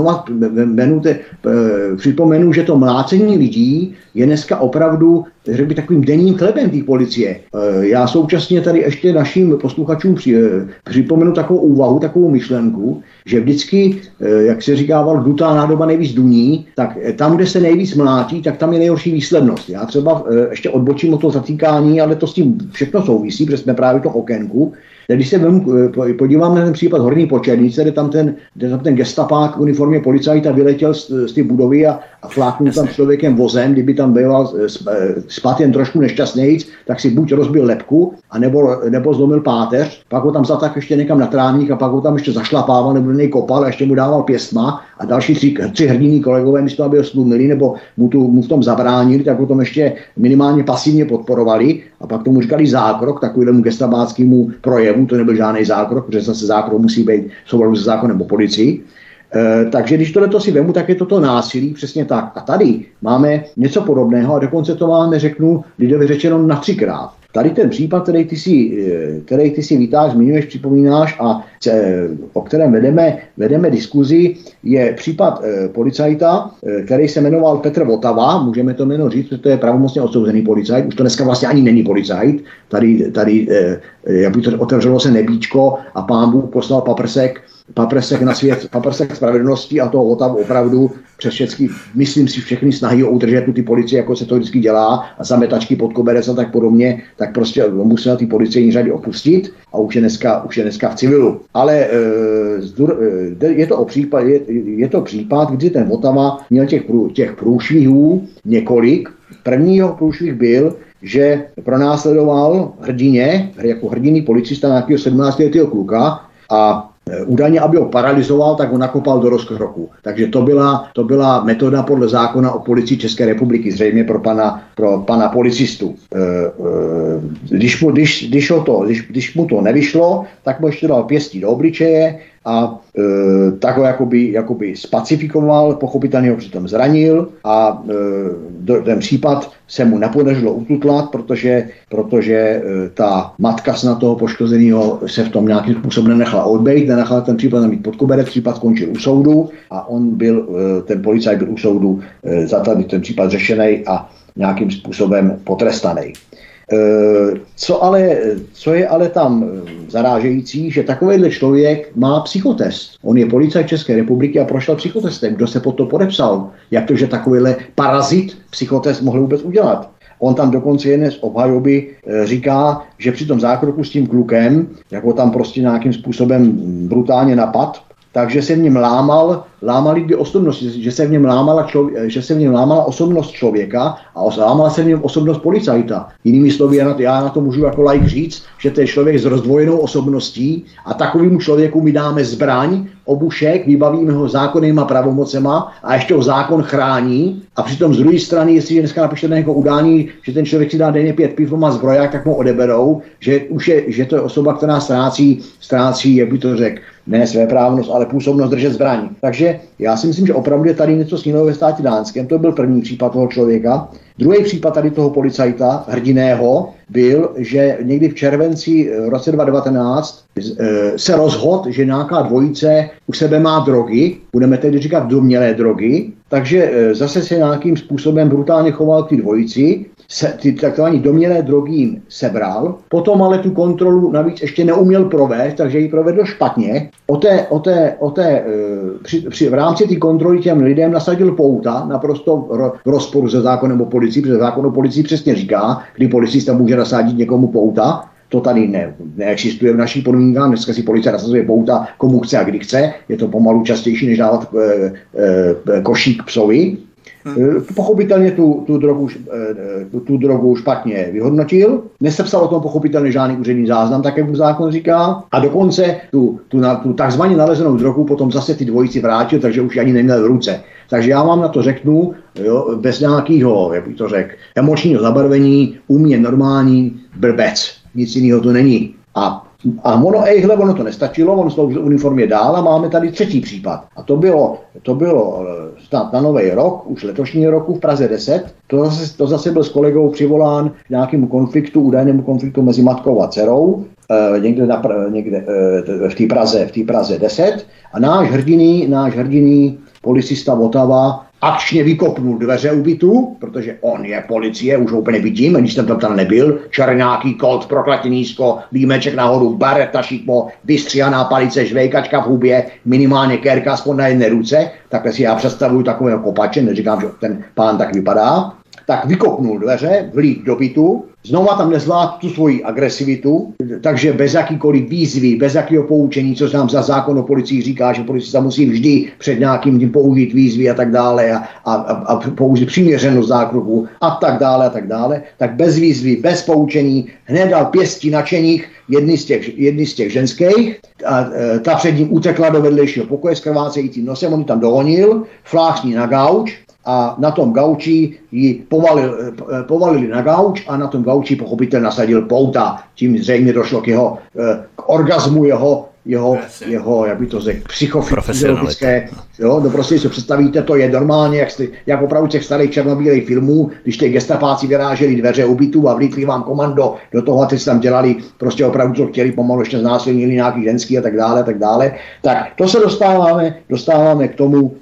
C: připomenu, že to mlácení lidí je dneska opravdu, řekl bych, takovým denním chlebem té policie. Já současně tady ještě našim posluchačům připomenu takovou úvahu, takovou myšlenku, že vždycky, jak se říkával, dutá nádoba nejvíc duní, tak tam, kde se nejvíc mlátí, tak tam je nejhorší výslednost. Já třeba ještě odbočím od toho zatýkání, ale to s tím všechno souvisí, protože jsme právě v tom okénku. Když se podívám na ten případ Horní Počernice, kde tam ten gestapák v uniformě policajta vyletěl z té budovy a fláknul tam člověkem vozem, kdyby tam byl spát jen trošku nešťastnějíc, tak si buď rozbil lebku, nebo zlomil páteř, pak ho tam zatáhl ještě někam na trávník a pak ho tam ještě zašlapával nebo do něj kopal a ještě mu dával pěstma a další tři hrdinní kolegové místo, aby ho stlumili nebo mu v tom zabránili, tak ho tam ještě minimálně pasivně podporovali a pak tomu říkali zákrok, takovému gestapáckému projevu, to nebyl žádný zákrok, protože zase zákrok musí být v souladu se zákonem o policii. Takže když tohleto si vemu, tak je toto násilí přesně tak. A tady máme něco podobného a dokonce to máme, řeknu, lidově řečeno na 3krát. Tady ten případ, který ty si vítáš, zmiňuješ, připomínáš a o kterém vedeme diskuzi, je případ policajta, který se jmenoval Petr Votava, můžeme to jméno říct, protože to je pravomocně odsouzený policajt, už to dneska vlastně ani není policajt, tady jak by to otevřelo se nebíčko a pán Bůh poslal paprsek na svět, paprsek spravedlnosti a toho Votavu opravdu přes všechny, myslím si, všechny snahy o udržet tu ty policie, jako se to vždycky dělá, a zametačky pod koberec a tak podobně, tak prostě musel ty policejní řady opustit a už je dneska v civilu. Ale je to případ, kdy ten Votava měl těch průšvihů několik. První jeho průšvih byl, že pronásledoval jako hrdinný policista nějakého 17letého kluka a údajně, aby ho paralyzoval, tak ho nakopal do rozkroku. Takže to byla metoda podle zákona o policii České republiky, zřejmě pro pana policistu. Když mu to nevyšlo, tak mu ještě dal pěstí do obličeje a tak ho jakoby spacifikoval, pochopitelně ho přitom zranil a ten případ se mu nepodařilo ututlat, protože ta matka snad toho poškozeného se v tom nějakým způsobem nenechala odbejt, nenechala ten případ mít pod koberec, případ skončil u soudu a ten policajt byl u soudu za ten případ řešený a nějakým způsobem potrestaný. Co je ale tam zarážející, že takovýhle člověk má psychotest. On je policajt České republiky a prošel psychotestem. Kdo se pod to podepsal? Jak to, že takovýhle parazit psychotest mohl vůbec udělat? On tam dokonce jen z obhajoby říká, že při tom zákroku s tím klukem, jako tam prostě nějakým způsobem brutálně napad, takže se v něm lámaly dvě osobnosti, že se v něm lámala osobnost člověka a lámala se v něm osobnost policajta. Jinými slovy, já na to můžu jako laik říct, že to je člověk s rozdvojenou osobností a takovému člověku my dáme zbraň, obušek, vybavíme ho zákonnýma pravomocema a ještě ho zákon chrání a přitom z druhé strany, jestliže dneska napíšete jako udání, že ten člověk si dá denně 5 piv, má zbroják, tak mu odeberou, že to je osoba, která ztrácí, jak by to řekl, ne svéprávnost, ale působnost držet zbraní. Takže já si myslím, že opravdu je tady něco snílého ve státě dánském. To byl první případ toho člověka. Druhý případ tady toho policajta, hrdiného, byl, že někdy v červenci v roce 2019 se rozhodl, že nějaká dvojice u sebe má drogy, budeme tedy říkat domnělé drogy, takže zase se nějakým způsobem brutálně choval k té dvojici, ty takzvané domnělé drogy jim sebral, potom ale tu kontrolu navíc ještě neuměl provést, takže ji provedl špatně. V rámci té kontroly těm lidem nasadil pouta, naprosto v rozporu se zákonem o policii, protože zákon o policii přesně říká, kdy policista může nasadit někomu pouta. To tady neexistuje v naší podmínkách, dneska si policie nasazuje pouta komu chce a kdy chce, je to pomalu častější, než dávat košík psovi. Pochopitelně tu drogu špatně vyhodnotil, nesepsal o tom pochopitelně žádný úřední záznam, tak jak mu zákon říká, a dokonce tu takzvaně nalezenou drogu potom zase ty dvojici vrátil, takže už ani neměl v ruce. Takže já vám na to řeknu, jo, bez nějakého, jak bych to řekl, emočního zabarvení, u mě normální blbec. Nic jiného to není. A ono to nestačilo, on sloužil v uniformě dál a máme tady třetí případ. A to bylo snad na Nový rok, už letošního roku v Praze 10. To zase byl s kolegou přivolán k nějakému údajnému konfliktu mezi matkou a dcerou, někde v té Praze 10. A náš hrdinný policista Votava akčně vykopnul dveře u bytu, protože on je policie, už ho úplně vidím, když jsem tam nebyl, černáký Colt, prokletě nízko, límeček nahoru, bareta šikmo, vystříhaná palice, žvejkačka v hubě, minimálně kérka aspoň na jedné ruce, takhle si já představuju takového kopače, neříkám, že ten pán tak vypadá, tak vykopnul dveře, vlít do bytu, znova tam nezvládl tu svoji agresivitu, takže bez jakýkoliv výzvy, bez jakého poučení, co nám za zákon o policii říká, že policista musí vždy před nějakým tím použít výzvy a tak dále a použít přiměřenost zákroku a tak dále, tak bez výzvy, bez poučení, hned dal pěstí na čeních jedny z těch ženských, a ta před ním utekla do vedlejšího pokoje s krvácejícím nosem, on ji tam dohonil, fláchní na gauč, a na tom gauči ji povalili na gauč a na tom gauči pochopitelně nasadil pouta. Tím zřejmě došlo k orgazmu jeho jak by to řekl, psychofyziologické. No prostě si představíte, to je normálně, jak opravdu těch starých černobílých filmů, když ty gestapáci vyráželi dveře u bytu a vlítli vám komando do toho, a ty si tam dělali prostě opravdu, co chtěli, pomalu ještě znásilnili nějaký ženský a tak dále. Tak to se dostáváme k tomu,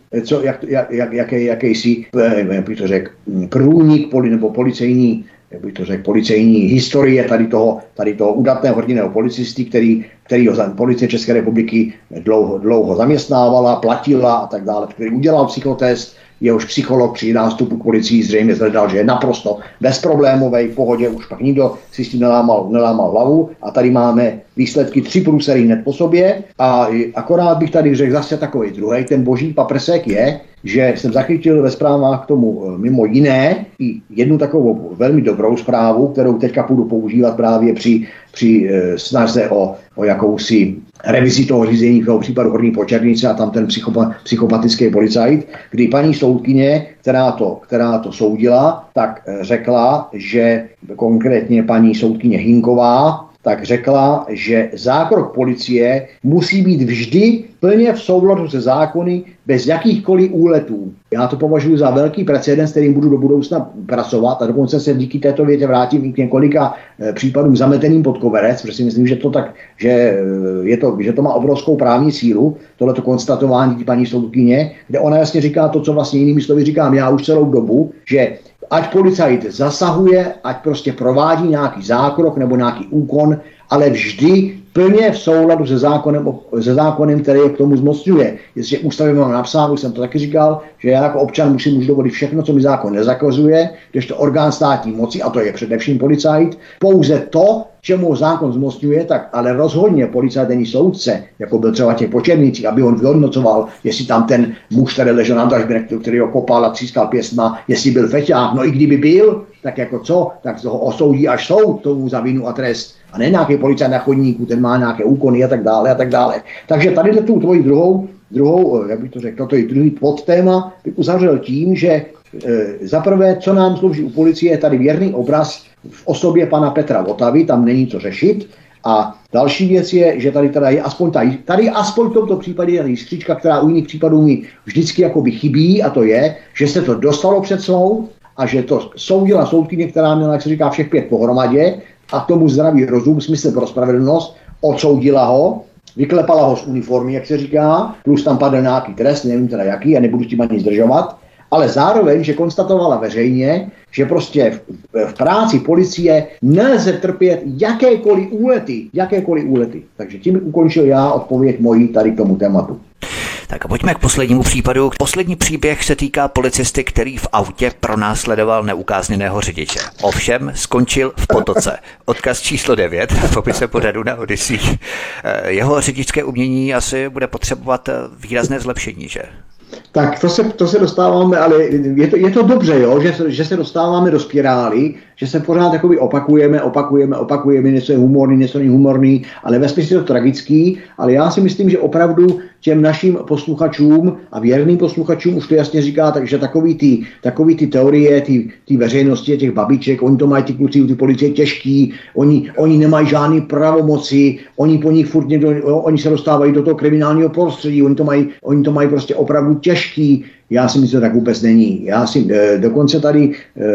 C: jakýsi, jak bych to řekl, průnik nebo policejní, jak bych to řekl, policejní historie tady toho udatného hrdinného policisty, který ho policie České republiky dlouho zaměstnávala, platila a tak dále, který udělal psychotest, jehož psycholog při nástupu k policii zřejmě zhledal, že je naprosto bezproblémový, v pohodě, už pak nikdo si s tím nelámal hlavu, a tady máme výsledky 3 průsery hned po sobě, a akorát bych tady řekl zase takový druhý, ten boží paprsek je, že jsem zachytil ve zprávách k tomu mimo jiné i jednu takovou velmi dobrou zprávu, kterou teďka budu používat právě při snaze o jakousi revizi toho řízení, toho případu Horní Počernice a tam ten psychopatický policajt, kdy paní soudkyně, která to soudila, tak řekla, že konkrétně paní soudkyně Hinková, tak řekla, že zákrok policie musí být vždy plně v souladu se zákony, bez jakýchkoliv úletů. Já to považuji za velký precedens, kterým budu do budoucna pracovat, a dokonce se díky této větě vrátím i k několika případům zameteným pod koberec, protože si myslím, že to má obrovskou právní sílu, tohleto konstatování paní soudkyně, kde ona jasně říká to, co vlastně jinými slovy říkám já už celou dobu, že ať policajt zasahuje, ať prostě provádí nějaký zákrok nebo nějaký úkon, ale vždy plně v souladu se zákonem, který je k tomu zmocňuje. Jestliže ústavě mám napsáno, jsem to taky říkal, že já jako občan můžu dovolit všechno, co mi zákon nezakazuje, když to orgán státní moci, a to je především policajt, pouze to, čemu zákon zmocňuje, tak ale rozhodně policajt není soudce, jako byl třeba těch Počernicích, aby on vyhodnocoval, jestli tam ten muž, který ležel na dražbě, který ho kopal a třískal pěstma, jestli byl feťák. No i kdyby byl, tak jako co, tak ho osoudí až soud tomu za vinu a trest. A ne nějaký policajt na chodníku, ten má nějaké úkony a tak dále. Takže tady tu tvoji druhou, jak bych to řekl, to je druhý podtéma, bych uzavřel tím, že zaprvé, co nám slouží u policie, je tady věrný obraz v osobě pana Petra Votavy, tam není co řešit. A další věc je, že tady je aspoň v tomto případě je skříčka, která u jiných případů mi vždycky jakoby chybí, a to je, že se to dostalo před soud a že to soudila soudkyně, která měla, jak se říká, všech 5 pohromadě, a tomu zdravý rozum, smysl pro spravedlnost, odsoudila ho, vyklepala ho z uniformy, jak se říká, plus tam padl nějaký trest, nevím teda jaký, a nebudu s tím ani zdržovat, ale zároveň, že konstatovala veřejně, že prostě v práci policie nelze trpět jakékoliv úlety. Takže tím ukončil já odpověď mojí tady k tomu tématu.
A: Tak a pojďme k poslednímu případu. Poslední příběh se týká policisty, který v autě pronásledoval neukázněného řidiče. Ovšem skončil v potoce. Odkaz číslo 9 v popise pořadu na Odyssey. Jeho řidičské umění asi bude potřebovat výrazné zlepšení, že?
C: Tak to se dostáváme, ale je to dobře, jo, že se dostáváme do spirály, že se pořád jakoby opakujeme, něco je humorný, něco není humorný, ale ve smyslu je to tragický, ale já si myslím, že opravdu těm našim posluchačům a věrným posluchačům už to jasně říká, takže takový ty teorie, ty veřejnosti, těch babiček, oni to mají ty kluci, ty policie těžký, oni nemají žádný pravomoci, oni po nich furt oni se dostávají do toho kriminálního prostředí, oni to mají prostě opravdu těžký. Já si myslím, že tak vůbec není. Já si dokonce tady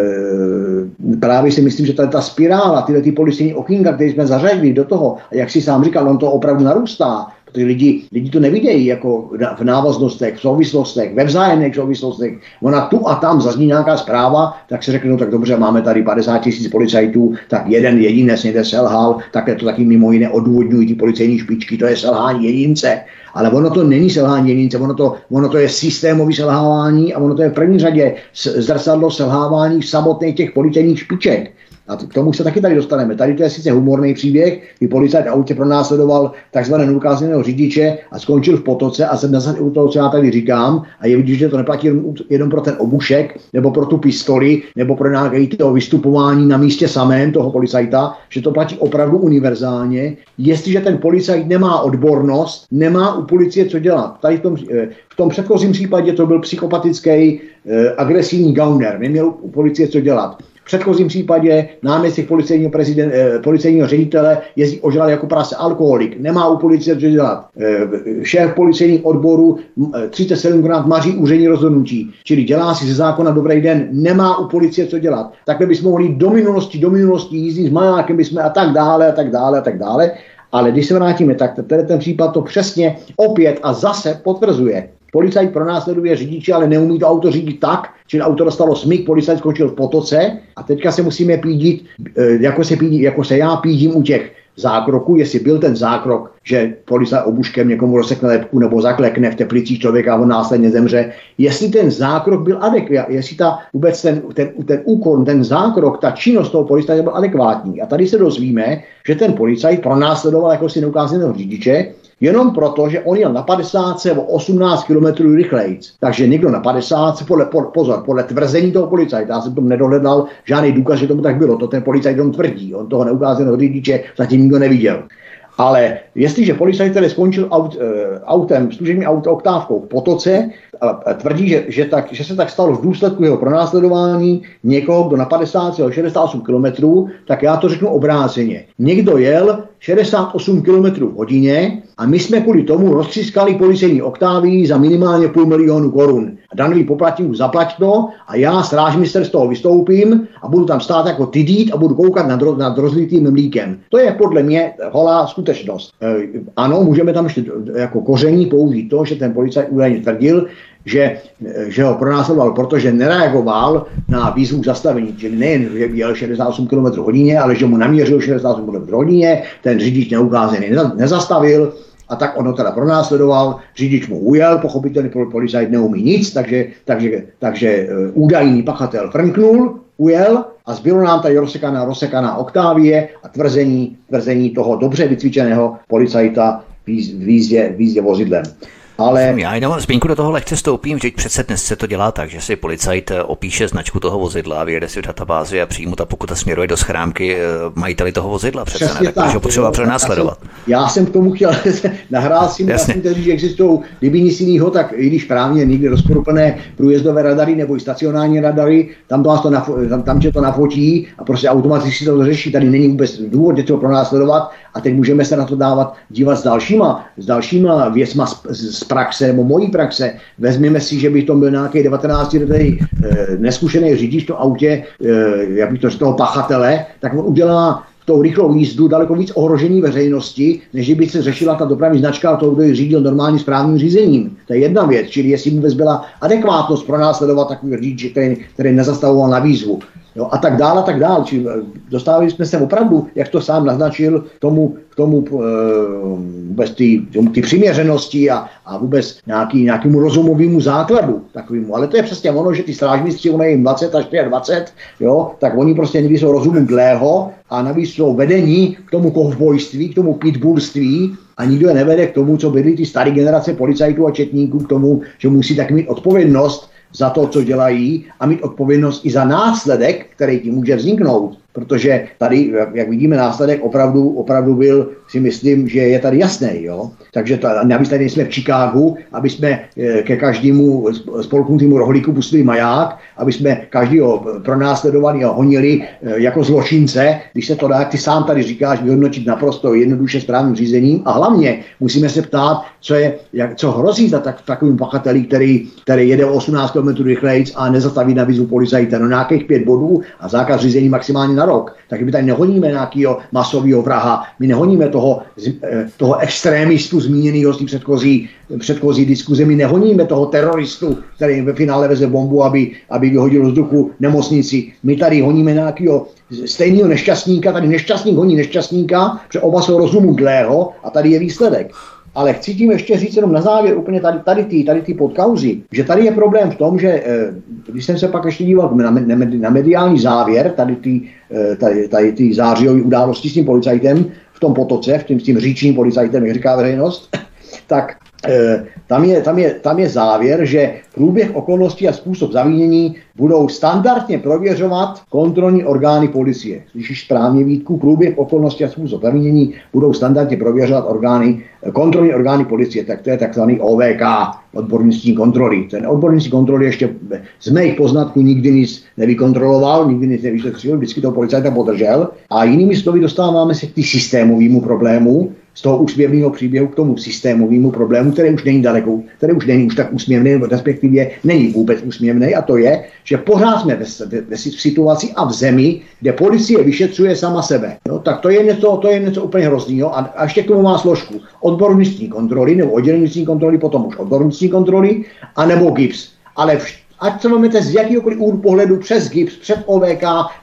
C: právě si myslím, že ta spirála, ty policejní okýnka, které jsme zařadili do toho, a jak si sám říkal, on to opravdu narůstá, protože lidi to nevidějí jako v návaznostech, v souvislostech, ve vzájemných souvislostech. Ona tu a tam zazní nějaká zpráva, tak se řekne, no tak dobře, máme tady 50 000 policajtů, tak jeden jedinec někde selhal, tak to taky mimo jiné odůvodňují ty policejní špičky, to je selhání jedince. Ale ono to není selhání jedince, ono to je systémový selhávání a ono to je v první řadě zrcadlo selhávání samotných těch policejních špiček. A k tomu se taky tady dostaneme. Tady to je sice humorný příběh, kdy policajt v autě pronásledoval takzvaného neukázaného řidiče a skončil v potoce a jsem zase u toho, co já tady říkám, a je vidět, že to neplatí jenom pro ten obušek, nebo pro tu pistoli, nebo pro nějaké toho vystupování na místě samém toho policajta, že to platí opravdu univerzálně. Jestliže ten policajt nemá odbornost, nemá u policie co dělat. Tady v tom předchozím případě to byl psychopatický, agresivní gauner, neměl u policie co dělat. V předchozím případě náměstek policejního ředitele jezdí ožralý jako prase, alkoholik, nemá u policie co dělat. Šéf policejních odborů 37krát maří úřední rozhodnutí, čili dělá si ze zákona dobrý den, nemá u policie co dělat. Takhle bychom mohli do minulosti jízdit s majákem bychom a tak dále. Ale když se vrátíme, tak ten případ to přesně opět a zase potvrzuje. Policajt pronásleduje řidiče, ale neumí to auto řídit tak, že auto dostalo smyk, policajt skončil v potoce a teďka se musíme pídit, jako se já pídím u těch zákroků, jestli byl ten zákrok, že policajt obuškem někomu rozsekne lepku nebo zaklekne v teplici člověka a on následně zemře. Jestli ten zákrok byl adekvátní, jestli vůbec ten úkon, ten zákrok, ta činnost toho policajta byl adekvátní. A tady se dozvíme, že ten policajt pronásledoval jako si neukázaného řidiče, jenom proto, že on jel na 50 o 18 km rychlejc. Takže někdo na 50, podle tvrzení toho policajta, já jsem tomu nedohledal žádný důkaz, že tomu tak bylo, to ten policajt jenom tvrdí, on toho neukázaného řidiče zatím nikdo neviděl. Ale jestliže policajt tedy skončil autem, služebním autem oktávkou v potoce, tvrdí, že se tak stalo v důsledku jeho pronásledování někoho, kdo na 50 o 68 km, tak já to řeknu obráceně. Někdo jel 68 km v hodině a my jsme kvůli tomu roztřískali policejní oktávy za minimálně 500 000 korun. A daňový poplatník zaplať to a já strážmistr z toho vystoupím a budu tam stát jako tydít a budu koukat nad rozlitým mlíkem. To je podle mě holá skutečnost. Ano, můžeme tam ještě jako koření použít to, že ten policajt údajně tvrdil, že ho pronásledoval, protože nereagoval na výzvu k zastavení. Čili nejen, že jel 68 km hodině, ale že mu naměřil 68 km hodině, ten řidič neukázaný nezastavil a tak on ho teda pronásledoval, řidič mu ujel, pochopitelně policajt neumí nic, takže údajný pachatel frnknul, ujel a zbylo nám tady rozsekaná oktávie a tvrzení toho dobře vycvičeného policajta v jízdě vozidlem.
A: Ale já jenom Zbyňku do toho lehce stoupím, že přece dnes se to dělá tak, že si policajt opíše značku toho vozidla, vyjede si v databázi a přímo ta pokuta směruje do schránky majiteli toho vozidla. Přece ne, tak ho potřeba pronásledovat.
C: Já jsem k tomu chtěl, nahrál si že existují, kdyby nic jiného, tak i když právně někde rozporuplné průjezdové radary nebo i stacionární radary, tam tě to nafotí a prostě automaticky to řeší. Tady není vůbec důvod něco pronásledovat a teď můžeme se na to dívat s dalšíma věcma z praxe nebo mojí praxe. Vezměme si, že by to byl nějaký 19letý neskušený řidič v tom autě, jak bych to z toho pachatele, tak on udělá tou rychlou jízdu daleko víc ohrožení veřejnosti, než by se řešila ta dopravní značka a to, kdo ji řídil normálním správním řízením. To je jedna věc, čili jestli vůbec byla adekvátnost pronásledovat takový řidič, který nezastavoval na výzvu. Jo, a tak dále, a tak dále. Čili dostávali jsme se opravdu, jak to sám naznačil, k tomu vůbec ty přiměřenosti a vůbec nějakému rozumovému základu takovému. Ale to je přesně ono, že ty strážmistři, ono je jim 20 až 25, jo, tak oni prostě někdy jsou rozumu dlého a navíc jsou vedení k tomu kovbojství, k tomu pitbullství a nikdo je nevede k tomu, co byly ty staré generace policajtů a četníků, k tomu, že musí tak mít odpovědnost za to, co dělají a mít odpovědnost i za následek, který tím může vzniknout. Protože tady, jak vidíme, následek opravdu byl, si myslím, že je tady jasný. Jo? Takže navíc tady jsme v Chicagu, aby jsme ke každému spolknutému rohlíku pustili maják, aby jsme každého pronásledovali a honili jako zločince, když se to dá, jak ty sám tady říkáš, vyhodnotit naprosto jednoduše správným řízením. A hlavně musíme se ptát, co hrozí za takovým pachateli, který jede o 18 km rychlejc a nezastaví na výzvu policajta. No nějakých 5 bodů a zákaz řízení maximálně na rok. Tak my tady nehoníme nějakého masového vraha, my nehoníme toho extrémistu zmíněného z té předchozí diskuze, my nehoníme toho teroristu, který ve finále veze bombu, aby vyhodil do vzduchu nemocnici. My tady honíme nějakého stejného nešťastníka, tady nešťastník honí nešťastníka, protože oba jsou rozumu dlého a tady je výsledek. Ale chci tím ještě říct jenom na závěr úplně tady ty podkauzy, že tady je problém v tom, že když jsem se pak ještě díval na mediální závěr, tady ty zářijové události s tím policajtem v tom potoce, s tím říčním policajtem, jak říká veřejnost, tak tam je závěr, že průběh okolností a způsob zavinění budou standardně prověřovat kontrolní orgány policie. Slyšíš správně, Vítku, průběh okolností a způsob zavinění budou standardně prověřovat kontrolní orgány policie, tak to je takzvaný OVK, odbornictví kontroly. Ten odbornictví kontroly ještě z mých poznatků nikdy nic nevykontroloval, nikdy nic nevyšetřil, vždycky toho policajta podržel. A jinými slovy dostáváme se k systémovému problému, z toho úsměvného příběhu k tomu systémovému problému, který už není daleko, který už není už tak úsměvný, respektive není vůbec úsměvný, a to je, že pořád jsme v situaci a v zemi, kde policie vyšetřuje sama sebe. No, tak to je něco úplně hrozného. A ještě k tomu má složku odbornictví kontroly, nebo oddělnictví kontroly, potom už odbornictví kontroly, anebo GIBS. Ale ať se vezmete z jakýkoliv úhlu pohledu přes GIBS, před OVK,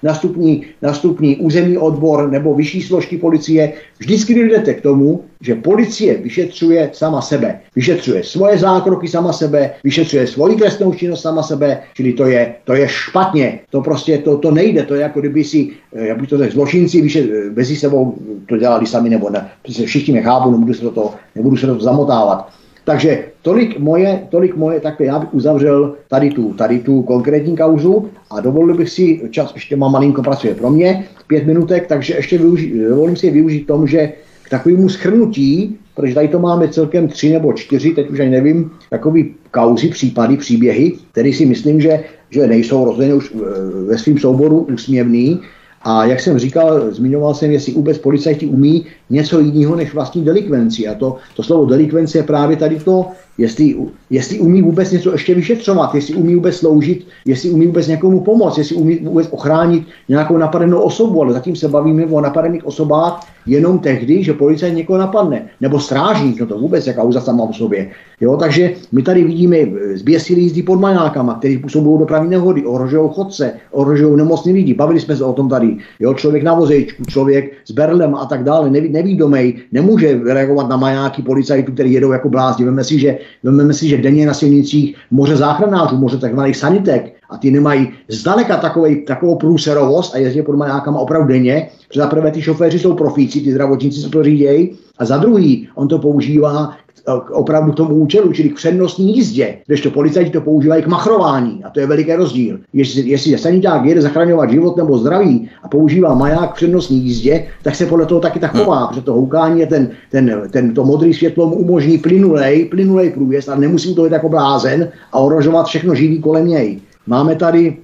C: nastupní územní odbor nebo vyšší složky policie, vždycky dojdete k tomu, že policie vyšetřuje sama sebe. Vyšetřuje svoje zákroky sama sebe, vyšetřuje svoji trestnou činnost sama sebe, čili to je špatně. To prostě to nejde, to je jako kdyby si, jak bych to řekl, zločinci mezi sebou to dělali sami nebo ne. Všichni mě chápu, nebudu se to zamotávat. Takže tolik moje, takhle já bych uzavřel tady tu konkrétní kauzu a dovolil bych si, čas ještě mám malinko pracuje pro mě, 5 minutek, takže ještě dovolím si využít tomu, že k takovému shrnutí, protože tady to máme celkem 3 nebo 4, teď už ani nevím, takový kauzy, případy, příběhy, které si myslím, že nejsou rozhodně už ve svým souboru úsměvný. A jak jsem říkal, zmiňoval jsem, jestli vůbec policajti umí něco jiného než vlastní delikvenci. A to slovo delikvence je právě tady to, jestli umí vůbec něco ještě vyšetřovat, jestli umí vůbec sloužit, jestli umí vůbec někomu pomoct, jestli umí vůbec ochránit nějakou napadenou osobu. Ale zatím se bavíme o napadených osobách jenom tehdy, že policajt někoho napadne. Nebo strážník, no to vůbec je kauza sama o sobě. Jo, takže my tady vidíme zběsilé jízdy pod majákama, který působí dopravní nehody, ohrožují chodce, ohrožují nemocní lidi. Bavili jsme se o tom tady. Jo, člověk na vozejčku, člověk s berlem a tak dále, nevídomej, nemůže reagovat na majáky policajtů, který jedou jako blázni. Vememe si, že denně na silnicích moře záchranářů, moře takzvaných sanitek, a ty nemají zdaleka takovou průserovost a jezdí pod majákama opravdu denně, protože za prvé ty šoféři jsou profíci, ty zdravotníci, co to řídějí, a za druhý on to používá opravdu k tomu účelu, čili k přednostní jízdě, kdežto policajti to používají k machrování, a to je veliký rozdíl. Jestli saniták jede zachraňovat život nebo zdraví a používá maják k přednostní jízdě, tak se podle toho taky tak chová, protože to houkání je to modré světlo mu umožní plynulej průjezd a nemusí to jít jako blázen a ohrožovat všechno živý kolem něj. Máme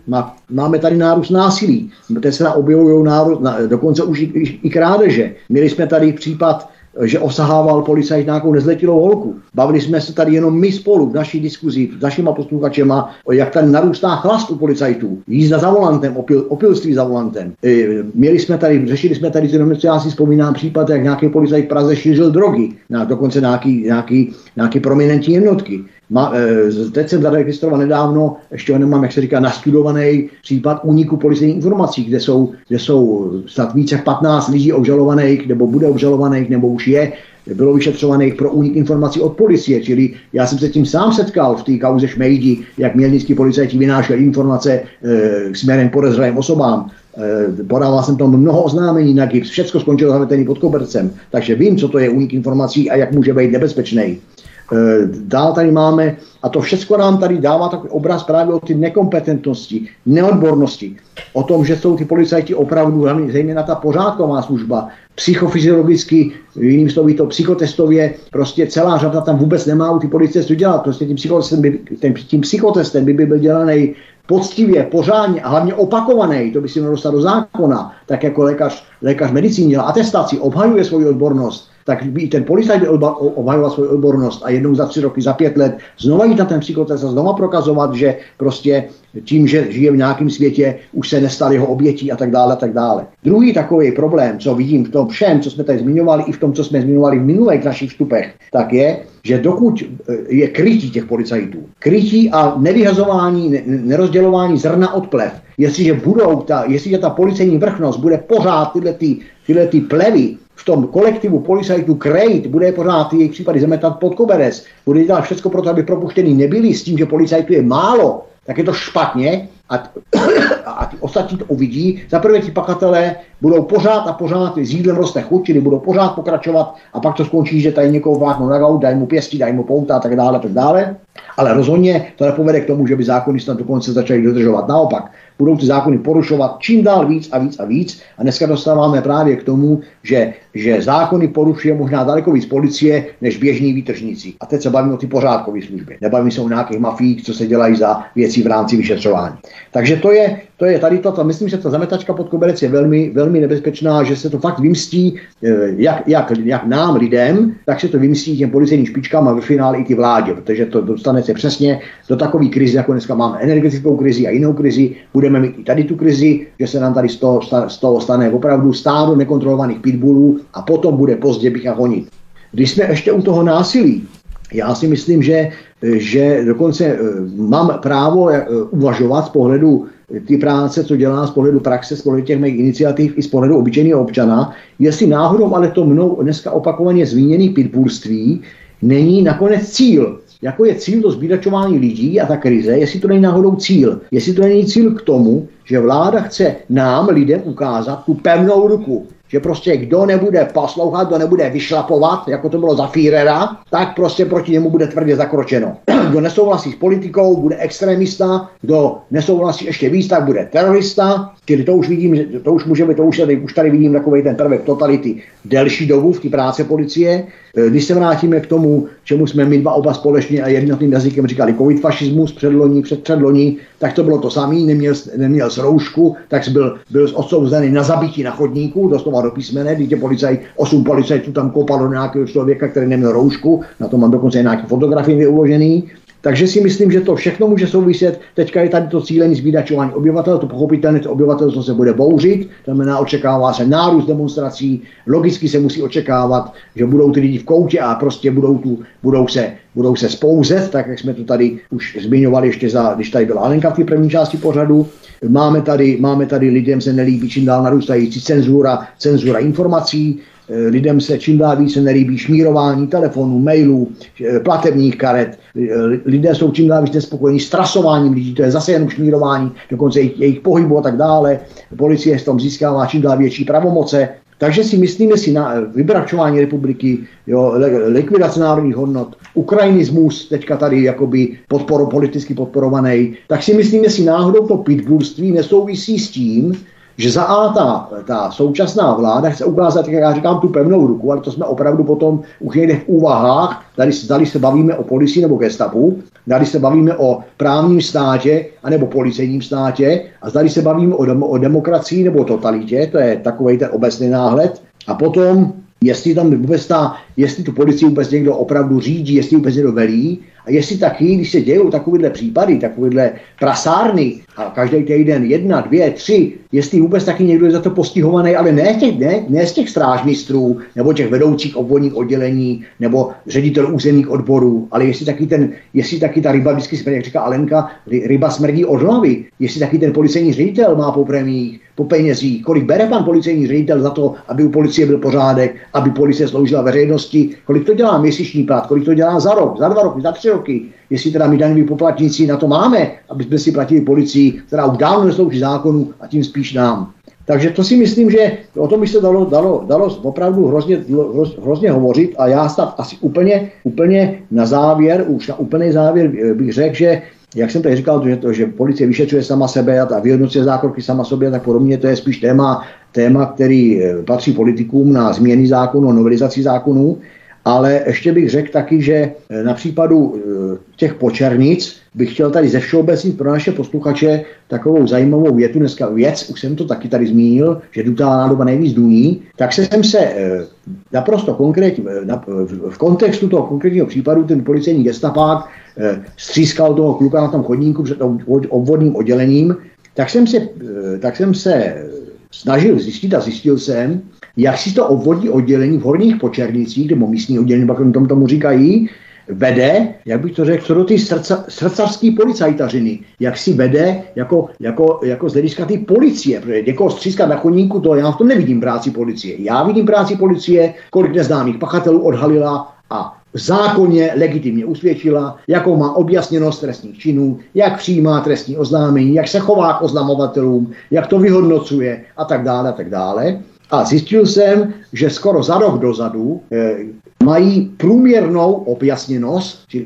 C: tady nárůst násilí, teď se objevují dokonce už i krádeže. Měli jsme tady případ, že osahával policajt nějakou nezletilou holku. Bavili jsme se tady jenom my spolu v naší diskuzi s našima posluchačema, jak tady narůstá chlast u policajtů. Jízda za volantem, opilství za volantem. Řešili jsme tady, já si vzpomínám případ, jak nějaký policajt v Praze šířil drogy, dokonce nějaký prominentní jednotky. Teď jsem zaregistroval nedávno, ještě ho nemám, jak se říká, nastudovaný případ úniku policejních informací, kde jsou snad více 15 lidí obžalovaných, nebo bude obžalovaných, nebo už bylo vyšetřovaných pro únik informací od policie, čili já jsem se tím sám setkal v té kauze Šmejdi, jak mělnický policajti vynášeli informace směrem podezřelým osobám. Podával jsem tam mnoho oznámení na GIBS, všecko skončilo zavetený pod kobercem, takže vím, co to je únik informací a jak může být nebezpečný. Dál tady máme, a to všechno nám tady dává takový obraz právě o ty nekompetentnosti, neodbornosti, o tom, že jsou ty policajti opravdu, zejména ta pořádková služba, psychofyziologicky, jiným slovy to psychotestově, prostě celá řada tam vůbec nemá u ty policie co dělat, prostě tím psychotestem by byl dělaný poctivě, pořádně a hlavně opakovaný, to by si mělo dostat do zákona, tak jako lékař medicíny dělá atestaci, obhajuje svoji odbornost, tak by ten policajt obhajoval svoji odbornost a jednou za 3 roky, za 5 let znova jít na ten psychotest a znova prokazovat, že prostě tím, že žije v nějakém světě, už se nestal jeho obětí a tak dále, a tak dále. Druhý takový problém, co vidím v tom všem, co jsme tady zmiňovali, i v tom, co jsme zmiňovali v minulých našich vstupech, tak je, že dokud je krytí těch policajtů, krytí a nevyhazování, nerozdělování zrna od plev, jestliže ta policejní vrchnost bude pořád tyhle plevy v tom kolektivu policajtů krejt, bude pořád ty jejich případy zametat pod koberec, bude dělat všechno pro to, aby propuštěný nebyli s tím, že policajtů je málo, tak je to špatně a ty ostatní to uvidí. Zaprvé ti pachatelé budou pořád s jídlem roste chuť, čili budou pořád pokračovat a pak to skončí, že tady někoho vláknou na gaut, dají mu pěstí, dají mu pouta a tak dále. Ale rozhodně to nepovede k tomu, že by zákony snad dokonce začaly dodržovat. Naopak, budou ty zákony porušovat čím dál víc a víc. A dneska dostáváme právě k tomu, že zákony porušuje možná daleko víc policie, než běžní výtržníci. A teď se bavíme o ty pořádkové služby. Nebavíme se o nějakých mafiích, co se dělají za věcí v rámci vyšetřování. Takže to je tady to. Myslím, že ta zametačka pod koberec je velmi, velmi nebezpečná, že se to fakt vymstí jak nám, lidem, tak se to vymstí těm policejním špičkám a ve finále i ty vládě, protože to dostane se přesně do takové krize, jako dneska máme energetickou krizi a jinou krizi, budeme mít i tady tu krizi, že se nám tady z toho stane opravdu stádo nekontrolovaných pitbullů a potom bude pozdě bych a honit. Když jsme ještě u toho násilí, já si myslím, že dokonce mám právo uvažovat z pohledu ty práce, co dělá, z pohledu praxe, z pohledu těch mých iniciativ i z pohledu obyčejného občana, jestli náhodou ale to mnou dneska opakovaně zmíněné pitbullství není nakonec cíl. Jako je cíl to zbídačování lidí a ta krize, jestli to není náhodou cíl. Jestli to není cíl k tomu, že vláda chce nám, lidem, ukázat tu pevnou ruku. Že prostě kdo nebude poslouchat, kdo nebude vyšlapovat, jako to bylo za Führera, tak prostě proti němu bude tvrdě zakročeno. Kdo nesouhlasí s politikou, bude extremista, kdo nesouhlasí ještě víc, tak bude terorista. Čili to už vidím, už tady vidím takovej ten prvek totality delší dobu v té práce policie. Když se vrátíme k tomu, čemu jsme my dva oba společně a jednotným jazykem říkali covid fašismus předloni, tak to bylo to samý, neměl roušku, tak byl odsouzený na zabití na chodníku, doslova do písmene, když 8 policajtů tam kopalo nějakého člověka, který neměl roušku, na to mám dokonce nějaké fotografie uložený. Takže si myslím, že to všechno může souviset. Teďka je tady to cílení zbídačování obyvatel, to pochopitelně to obyvatelstvo se bude bouřit, to znamená očekává se nárůst demonstrací, logicky se musí očekávat, že budou ty lidi v koutě a prostě budou se spouzet, tak jak jsme to tady už zmiňovali ještě když tady byla Alenka v té první části pořadu. Máme tady lidem se nelíbí čím dál narůstající cenzura informací, lidem se čím dál více nelíbí šmírování telefonů, mailů, platebních karet. Lidé jsou čím dál víc nespokojení s trasováním lidí, to je zase jen šmírování, dokonce jejich pohybu a tak dále. Policie s tom získává čím dál větší pravomoce. Takže si myslíme si na vybračování republiky, likvidace národních hodnot, ukrajinismus, teďka tady jakoby politicky podporovaný, tak si myslíme si náhodou to pitbullství nesouvisí s tím, že ta současná vláda chce ukázat, jak já říkám, tu pevnou ruku, ale to jsme opravdu potom už někde v úvahách, tady se bavíme o policii nebo gestapu, tady se bavíme o právním státě anebo policejním státě a tady se bavíme o demokracii nebo totalitě, to je takovej ten obecný náhled. A potom, jestli tam vůbec jestli tu policii vůbec někdo opravdu řídí, jestli vůbec někdo velí a jestli taky, když se dějou takovýhle případy, takovýhle prasárny a každý týden 1, 2, 3, jestli vůbec taky někdo je za to postihovaný, ale ne z těch strážmistrů nebo těch vedoucích obvodních oddělení nebo ředitel územních odborů, ale jestli taky ta ryba, vždycky smrdí, jak říká Alenka, ryba smrdí od hlavy, jestli taky ten policejní ředitel má po prémiích, po penězích, kolik bere pan policejní ředitel za to, aby u policie byl pořádek, aby policie sloužila veřejnosti, kolik to dělá měsíční plat, kolik to dělá za rok, za 2 roky, za 3 roky, jestli teda my daňoví poplatníci na to máme, aby jsme si platili policii, která už dávno neslouží zákonu a tím spíš nám. Takže to si myslím, že o tom by se dalo opravdu hrozně hovořit a já snad asi úplně na závěr, už na úplný závěr bych řekl, že jak jsem tady říkal, že policie vyšetřuje sama sebe a vyhodnocuje zákroky sama sobě, tak podobně to je spíš téma, který patří politikům na změny zákonů, novelizaci zákonů, ale ještě bych řekl taky, že na případu těch počernic bych chtěl tady ze všeobecnit pro naše posluchače takovou zajímavou větu, dneska už jsem to taky tady zmínil, že dutá nádoba nejvíc duní, tak jsem se naprosto konkrétně, v kontextu toho konkrétního případu ten policejní gestapák střískal toho kluka na tom chodníku před obvodním oddělením, tak jsem se snažil zjistit a zjistil jsem, jak si to obvodní oddělení v Horních Počernicích, nebo místní oddělení, jak tomu říkají, vede, jak bych to řekl, co do ty srdcařský policajtařiny, jak si vede jako z hlediska té policie, protože někoho střískat na chodníku, to já v tom nevidím práci policie. Já vidím práci policie, kolik neznámých pachatelů odhalila a v zákoně legitimně usvědčila, jakou má objasněnost trestních činů, jak přijímá trestní oznámení, jak se chová k oznamovatelům, jak to vyhodnocuje a tak dále, a tak dále. A zjistil jsem, že skoro za rok dozadu mají průměrnou objasněnost, čili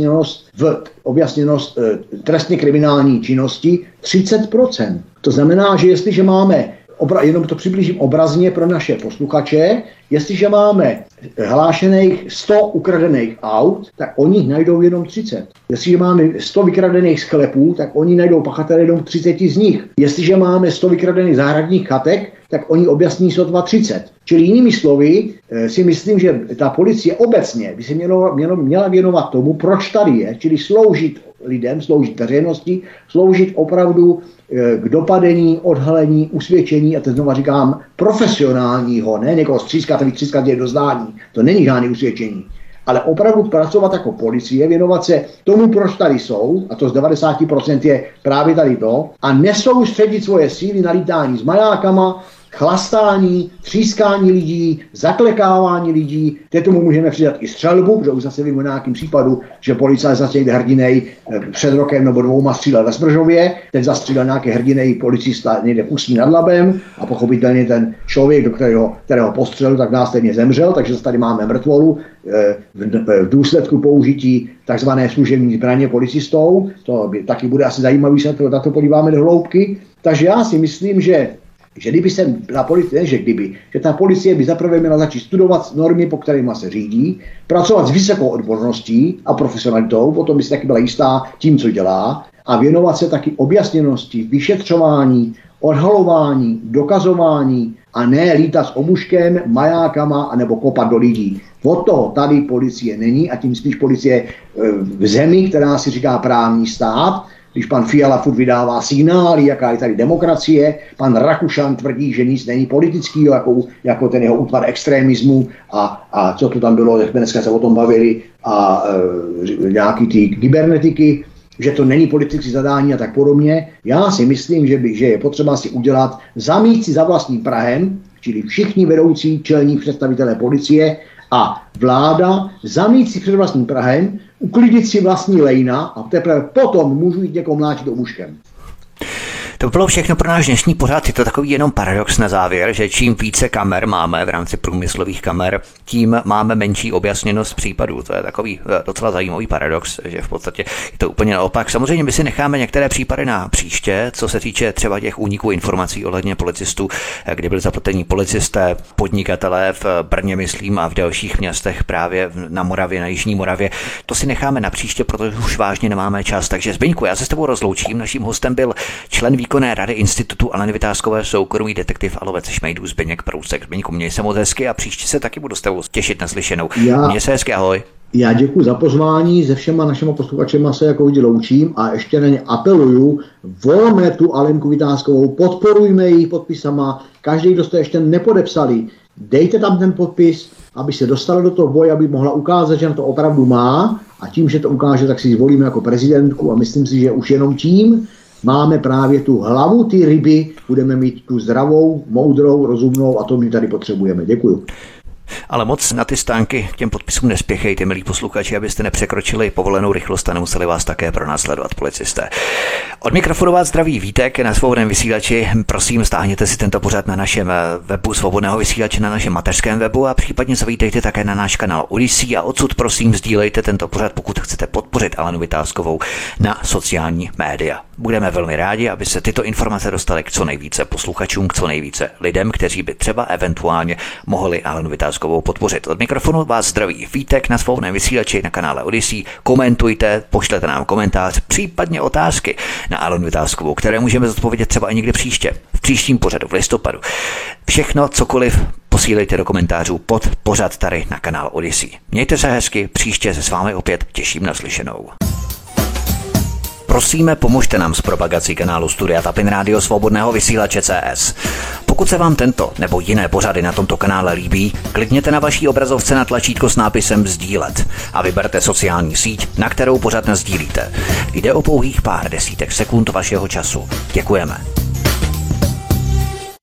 C: objasněnost trestně kriminální činnosti 30%. To znamená, že jestliže máme, jenom to přiblížím obrazně pro naše posluchače, jestliže máme hlášených 100 ukradených aut, tak oni najdou jenom 30. Jestliže máme 100 vykradených sklepů, tak oni najdou pachatele jenom 30 z nich. Jestliže máme 100 vykradených zahradních chatek, tak oni objasní sotva 30. Čili jinými slovy si myslím, že ta policie obecně by se měla věnovat tomu, proč tady je, čili sloužit lidem, sloužit veřejnosti, sloužit opravdu k dopadení, odhalení, usvědčení, a teď znovu říkám, profesionálního, ne někoho střískat a vystřískat je do zdání, to není žádné usvědčení, ale opravdu pracovat jako policie, věnovat se tomu, proč tady jsou, a to z 90% je právě tady to, a nesoustředit svoje síly na lítání s majákama, chlastání, třískání lidí, zaklekávání lidí. Teď tomu můžeme přidat i střelbu, protože už zase vím o nějakým případu, že policajt zase někde hrdinej před rokem nebo 2 střílel ve Smržově, teď zastřílel nějaký hrdinej policista někde v Ústí nad Labem a pochopitelně ten člověk, do kterého postřelil, tak následně zemřel, takže tady máme mrtvolu v důsledku použití takzvané služební zbraně policistou. To taky bude asi zajímavý, že se na to podíváme do hloubky. Takže já si myslím, že kdyby se na policie, že ta policie by zaprvé měla začít studovat normy, po kterými se řídí, pracovat s vysokou odborností a profesionalitou, potom by se taky byla jistá tím, co dělá, a věnovat se taky objasněnosti, vyšetřování, odhalování, dokazování a ne lítat s obuškem, majákama anebo kopat do lidí. Od toho tady policie není a tím spíš policie v zemi, která si říká právní stát. Když pan Fiala furt vydává signály, jaká je tady demokracie, pan Rakušan tvrdí, že nic není politického, jako ten jeho útvar extremismu a co to tam bylo, jak dneska se o tom bavili, a nějaký ty kybernetiky, že to není politické zadání a tak podobně. Já si myslím, že je potřeba si udělat, zamít si za vlastním prahem, čili všichni vedoucí čelní představitelé policie a vláda, zamít si před vlastním prahem, uklidit si vlastní lejna a teprve potom můžu jít někoho mlátit obuškem.
A: To bylo všechno pro náš dnešní pořad. Je to takový jenom paradox na závěr, že čím více kamer máme v rámci průmyslových kamer, tím máme menší objasněnost případů. To je takový docela zajímavý paradox, že v podstatě je to úplně naopak. Samozřejmě my si necháme některé případy na příště, co se týče třeba těch úniků informací ohledně policistů, kdy byli zapletení policisté, podnikatelé v Brně, myslím, a v dalších městech právě na Moravě, na Jižní Moravě. To si necháme na příště, protože už vážně nemáme čas. Takže Zbyňku, já se s tebou rozloučím. Naším hostem byl člen výkonné rady Institutu Aleny Vytázkové soukromý detektiv a lovec šmejdů Zbyněk Prousek. Zbyňku, měj se moc hezky a příště se taky budu s tebou těšit na slyšenou. Měj se hezky, ahoj.
C: Já děkuji za pozvání, se všema našimi posluchačema se jako vždy loučím a ještě na ně apeluju, volme tu Alenku Vytázkovou, podporujme ji podpisama, každý, kdo jste ještě nepodepsali, dejte tam ten podpis, aby se dostala do toho boje, aby mohla ukázat, že na to opravdu má a tím, že to ukáže, tak si ji zvolíme jako prezidentku a myslím si, že už jenom tím máme právě tu hlavu ty ryby, budeme mít tu zdravou, moudrou, rozumnou a to my tady potřebujeme. Děkuju.
A: Ale moc na ty stánky k těm podpisům nespěchejte, milí posluchači, abyste nepřekročili povolenou rychlost a nemuseli vás také pronásledovat policisté. Od mikrofonu vás zdraví Vítek na Svobodném vysílači. Prosím, stáhněte si tento pořad na našem webu Svobodného vysílače, na našem mateřském webu a případně zavítejte také na náš kanál Odyssey a odsud prosím sdílejte tento pořad, pokud chcete podpořit Alenu Vytázkovou na sociální média. Budeme velmi rádi, aby se tyto informace dostaly k co nejvíce posluchačům, k co nejvíce lidem, kteří by třeba eventuálně mohli Alenu Vytázkovou podpořit. Od mikrofonu vás zdraví Vítek na Svobodném vysílači na kanále Odyssey. Komentujte, pošlete nám komentář, případně otázky na Alenu Vytázkovou, které můžeme zodpovědět třeba i někdy příště, v příštím pořadu v listopadu. Všechno, cokoliv, posílejte do komentářů pod pořad tady na kanál Odyssey. Mějte se hezky, příště se s vámi opět těším na slyšenou. Prosíme, pomožte nám s propagací kanálu Studia Tapin Rádio Svobodného vysílače CS. Pokud se vám tento nebo jiné pořady na tomto kanále líbí, klikněte na vaší obrazovce na tlačítko s nápisem sdílet a vyberte sociální síť, na kterou pořad nasdílíte. Jde o pouhých pár desítek sekund vašeho času. Děkujeme.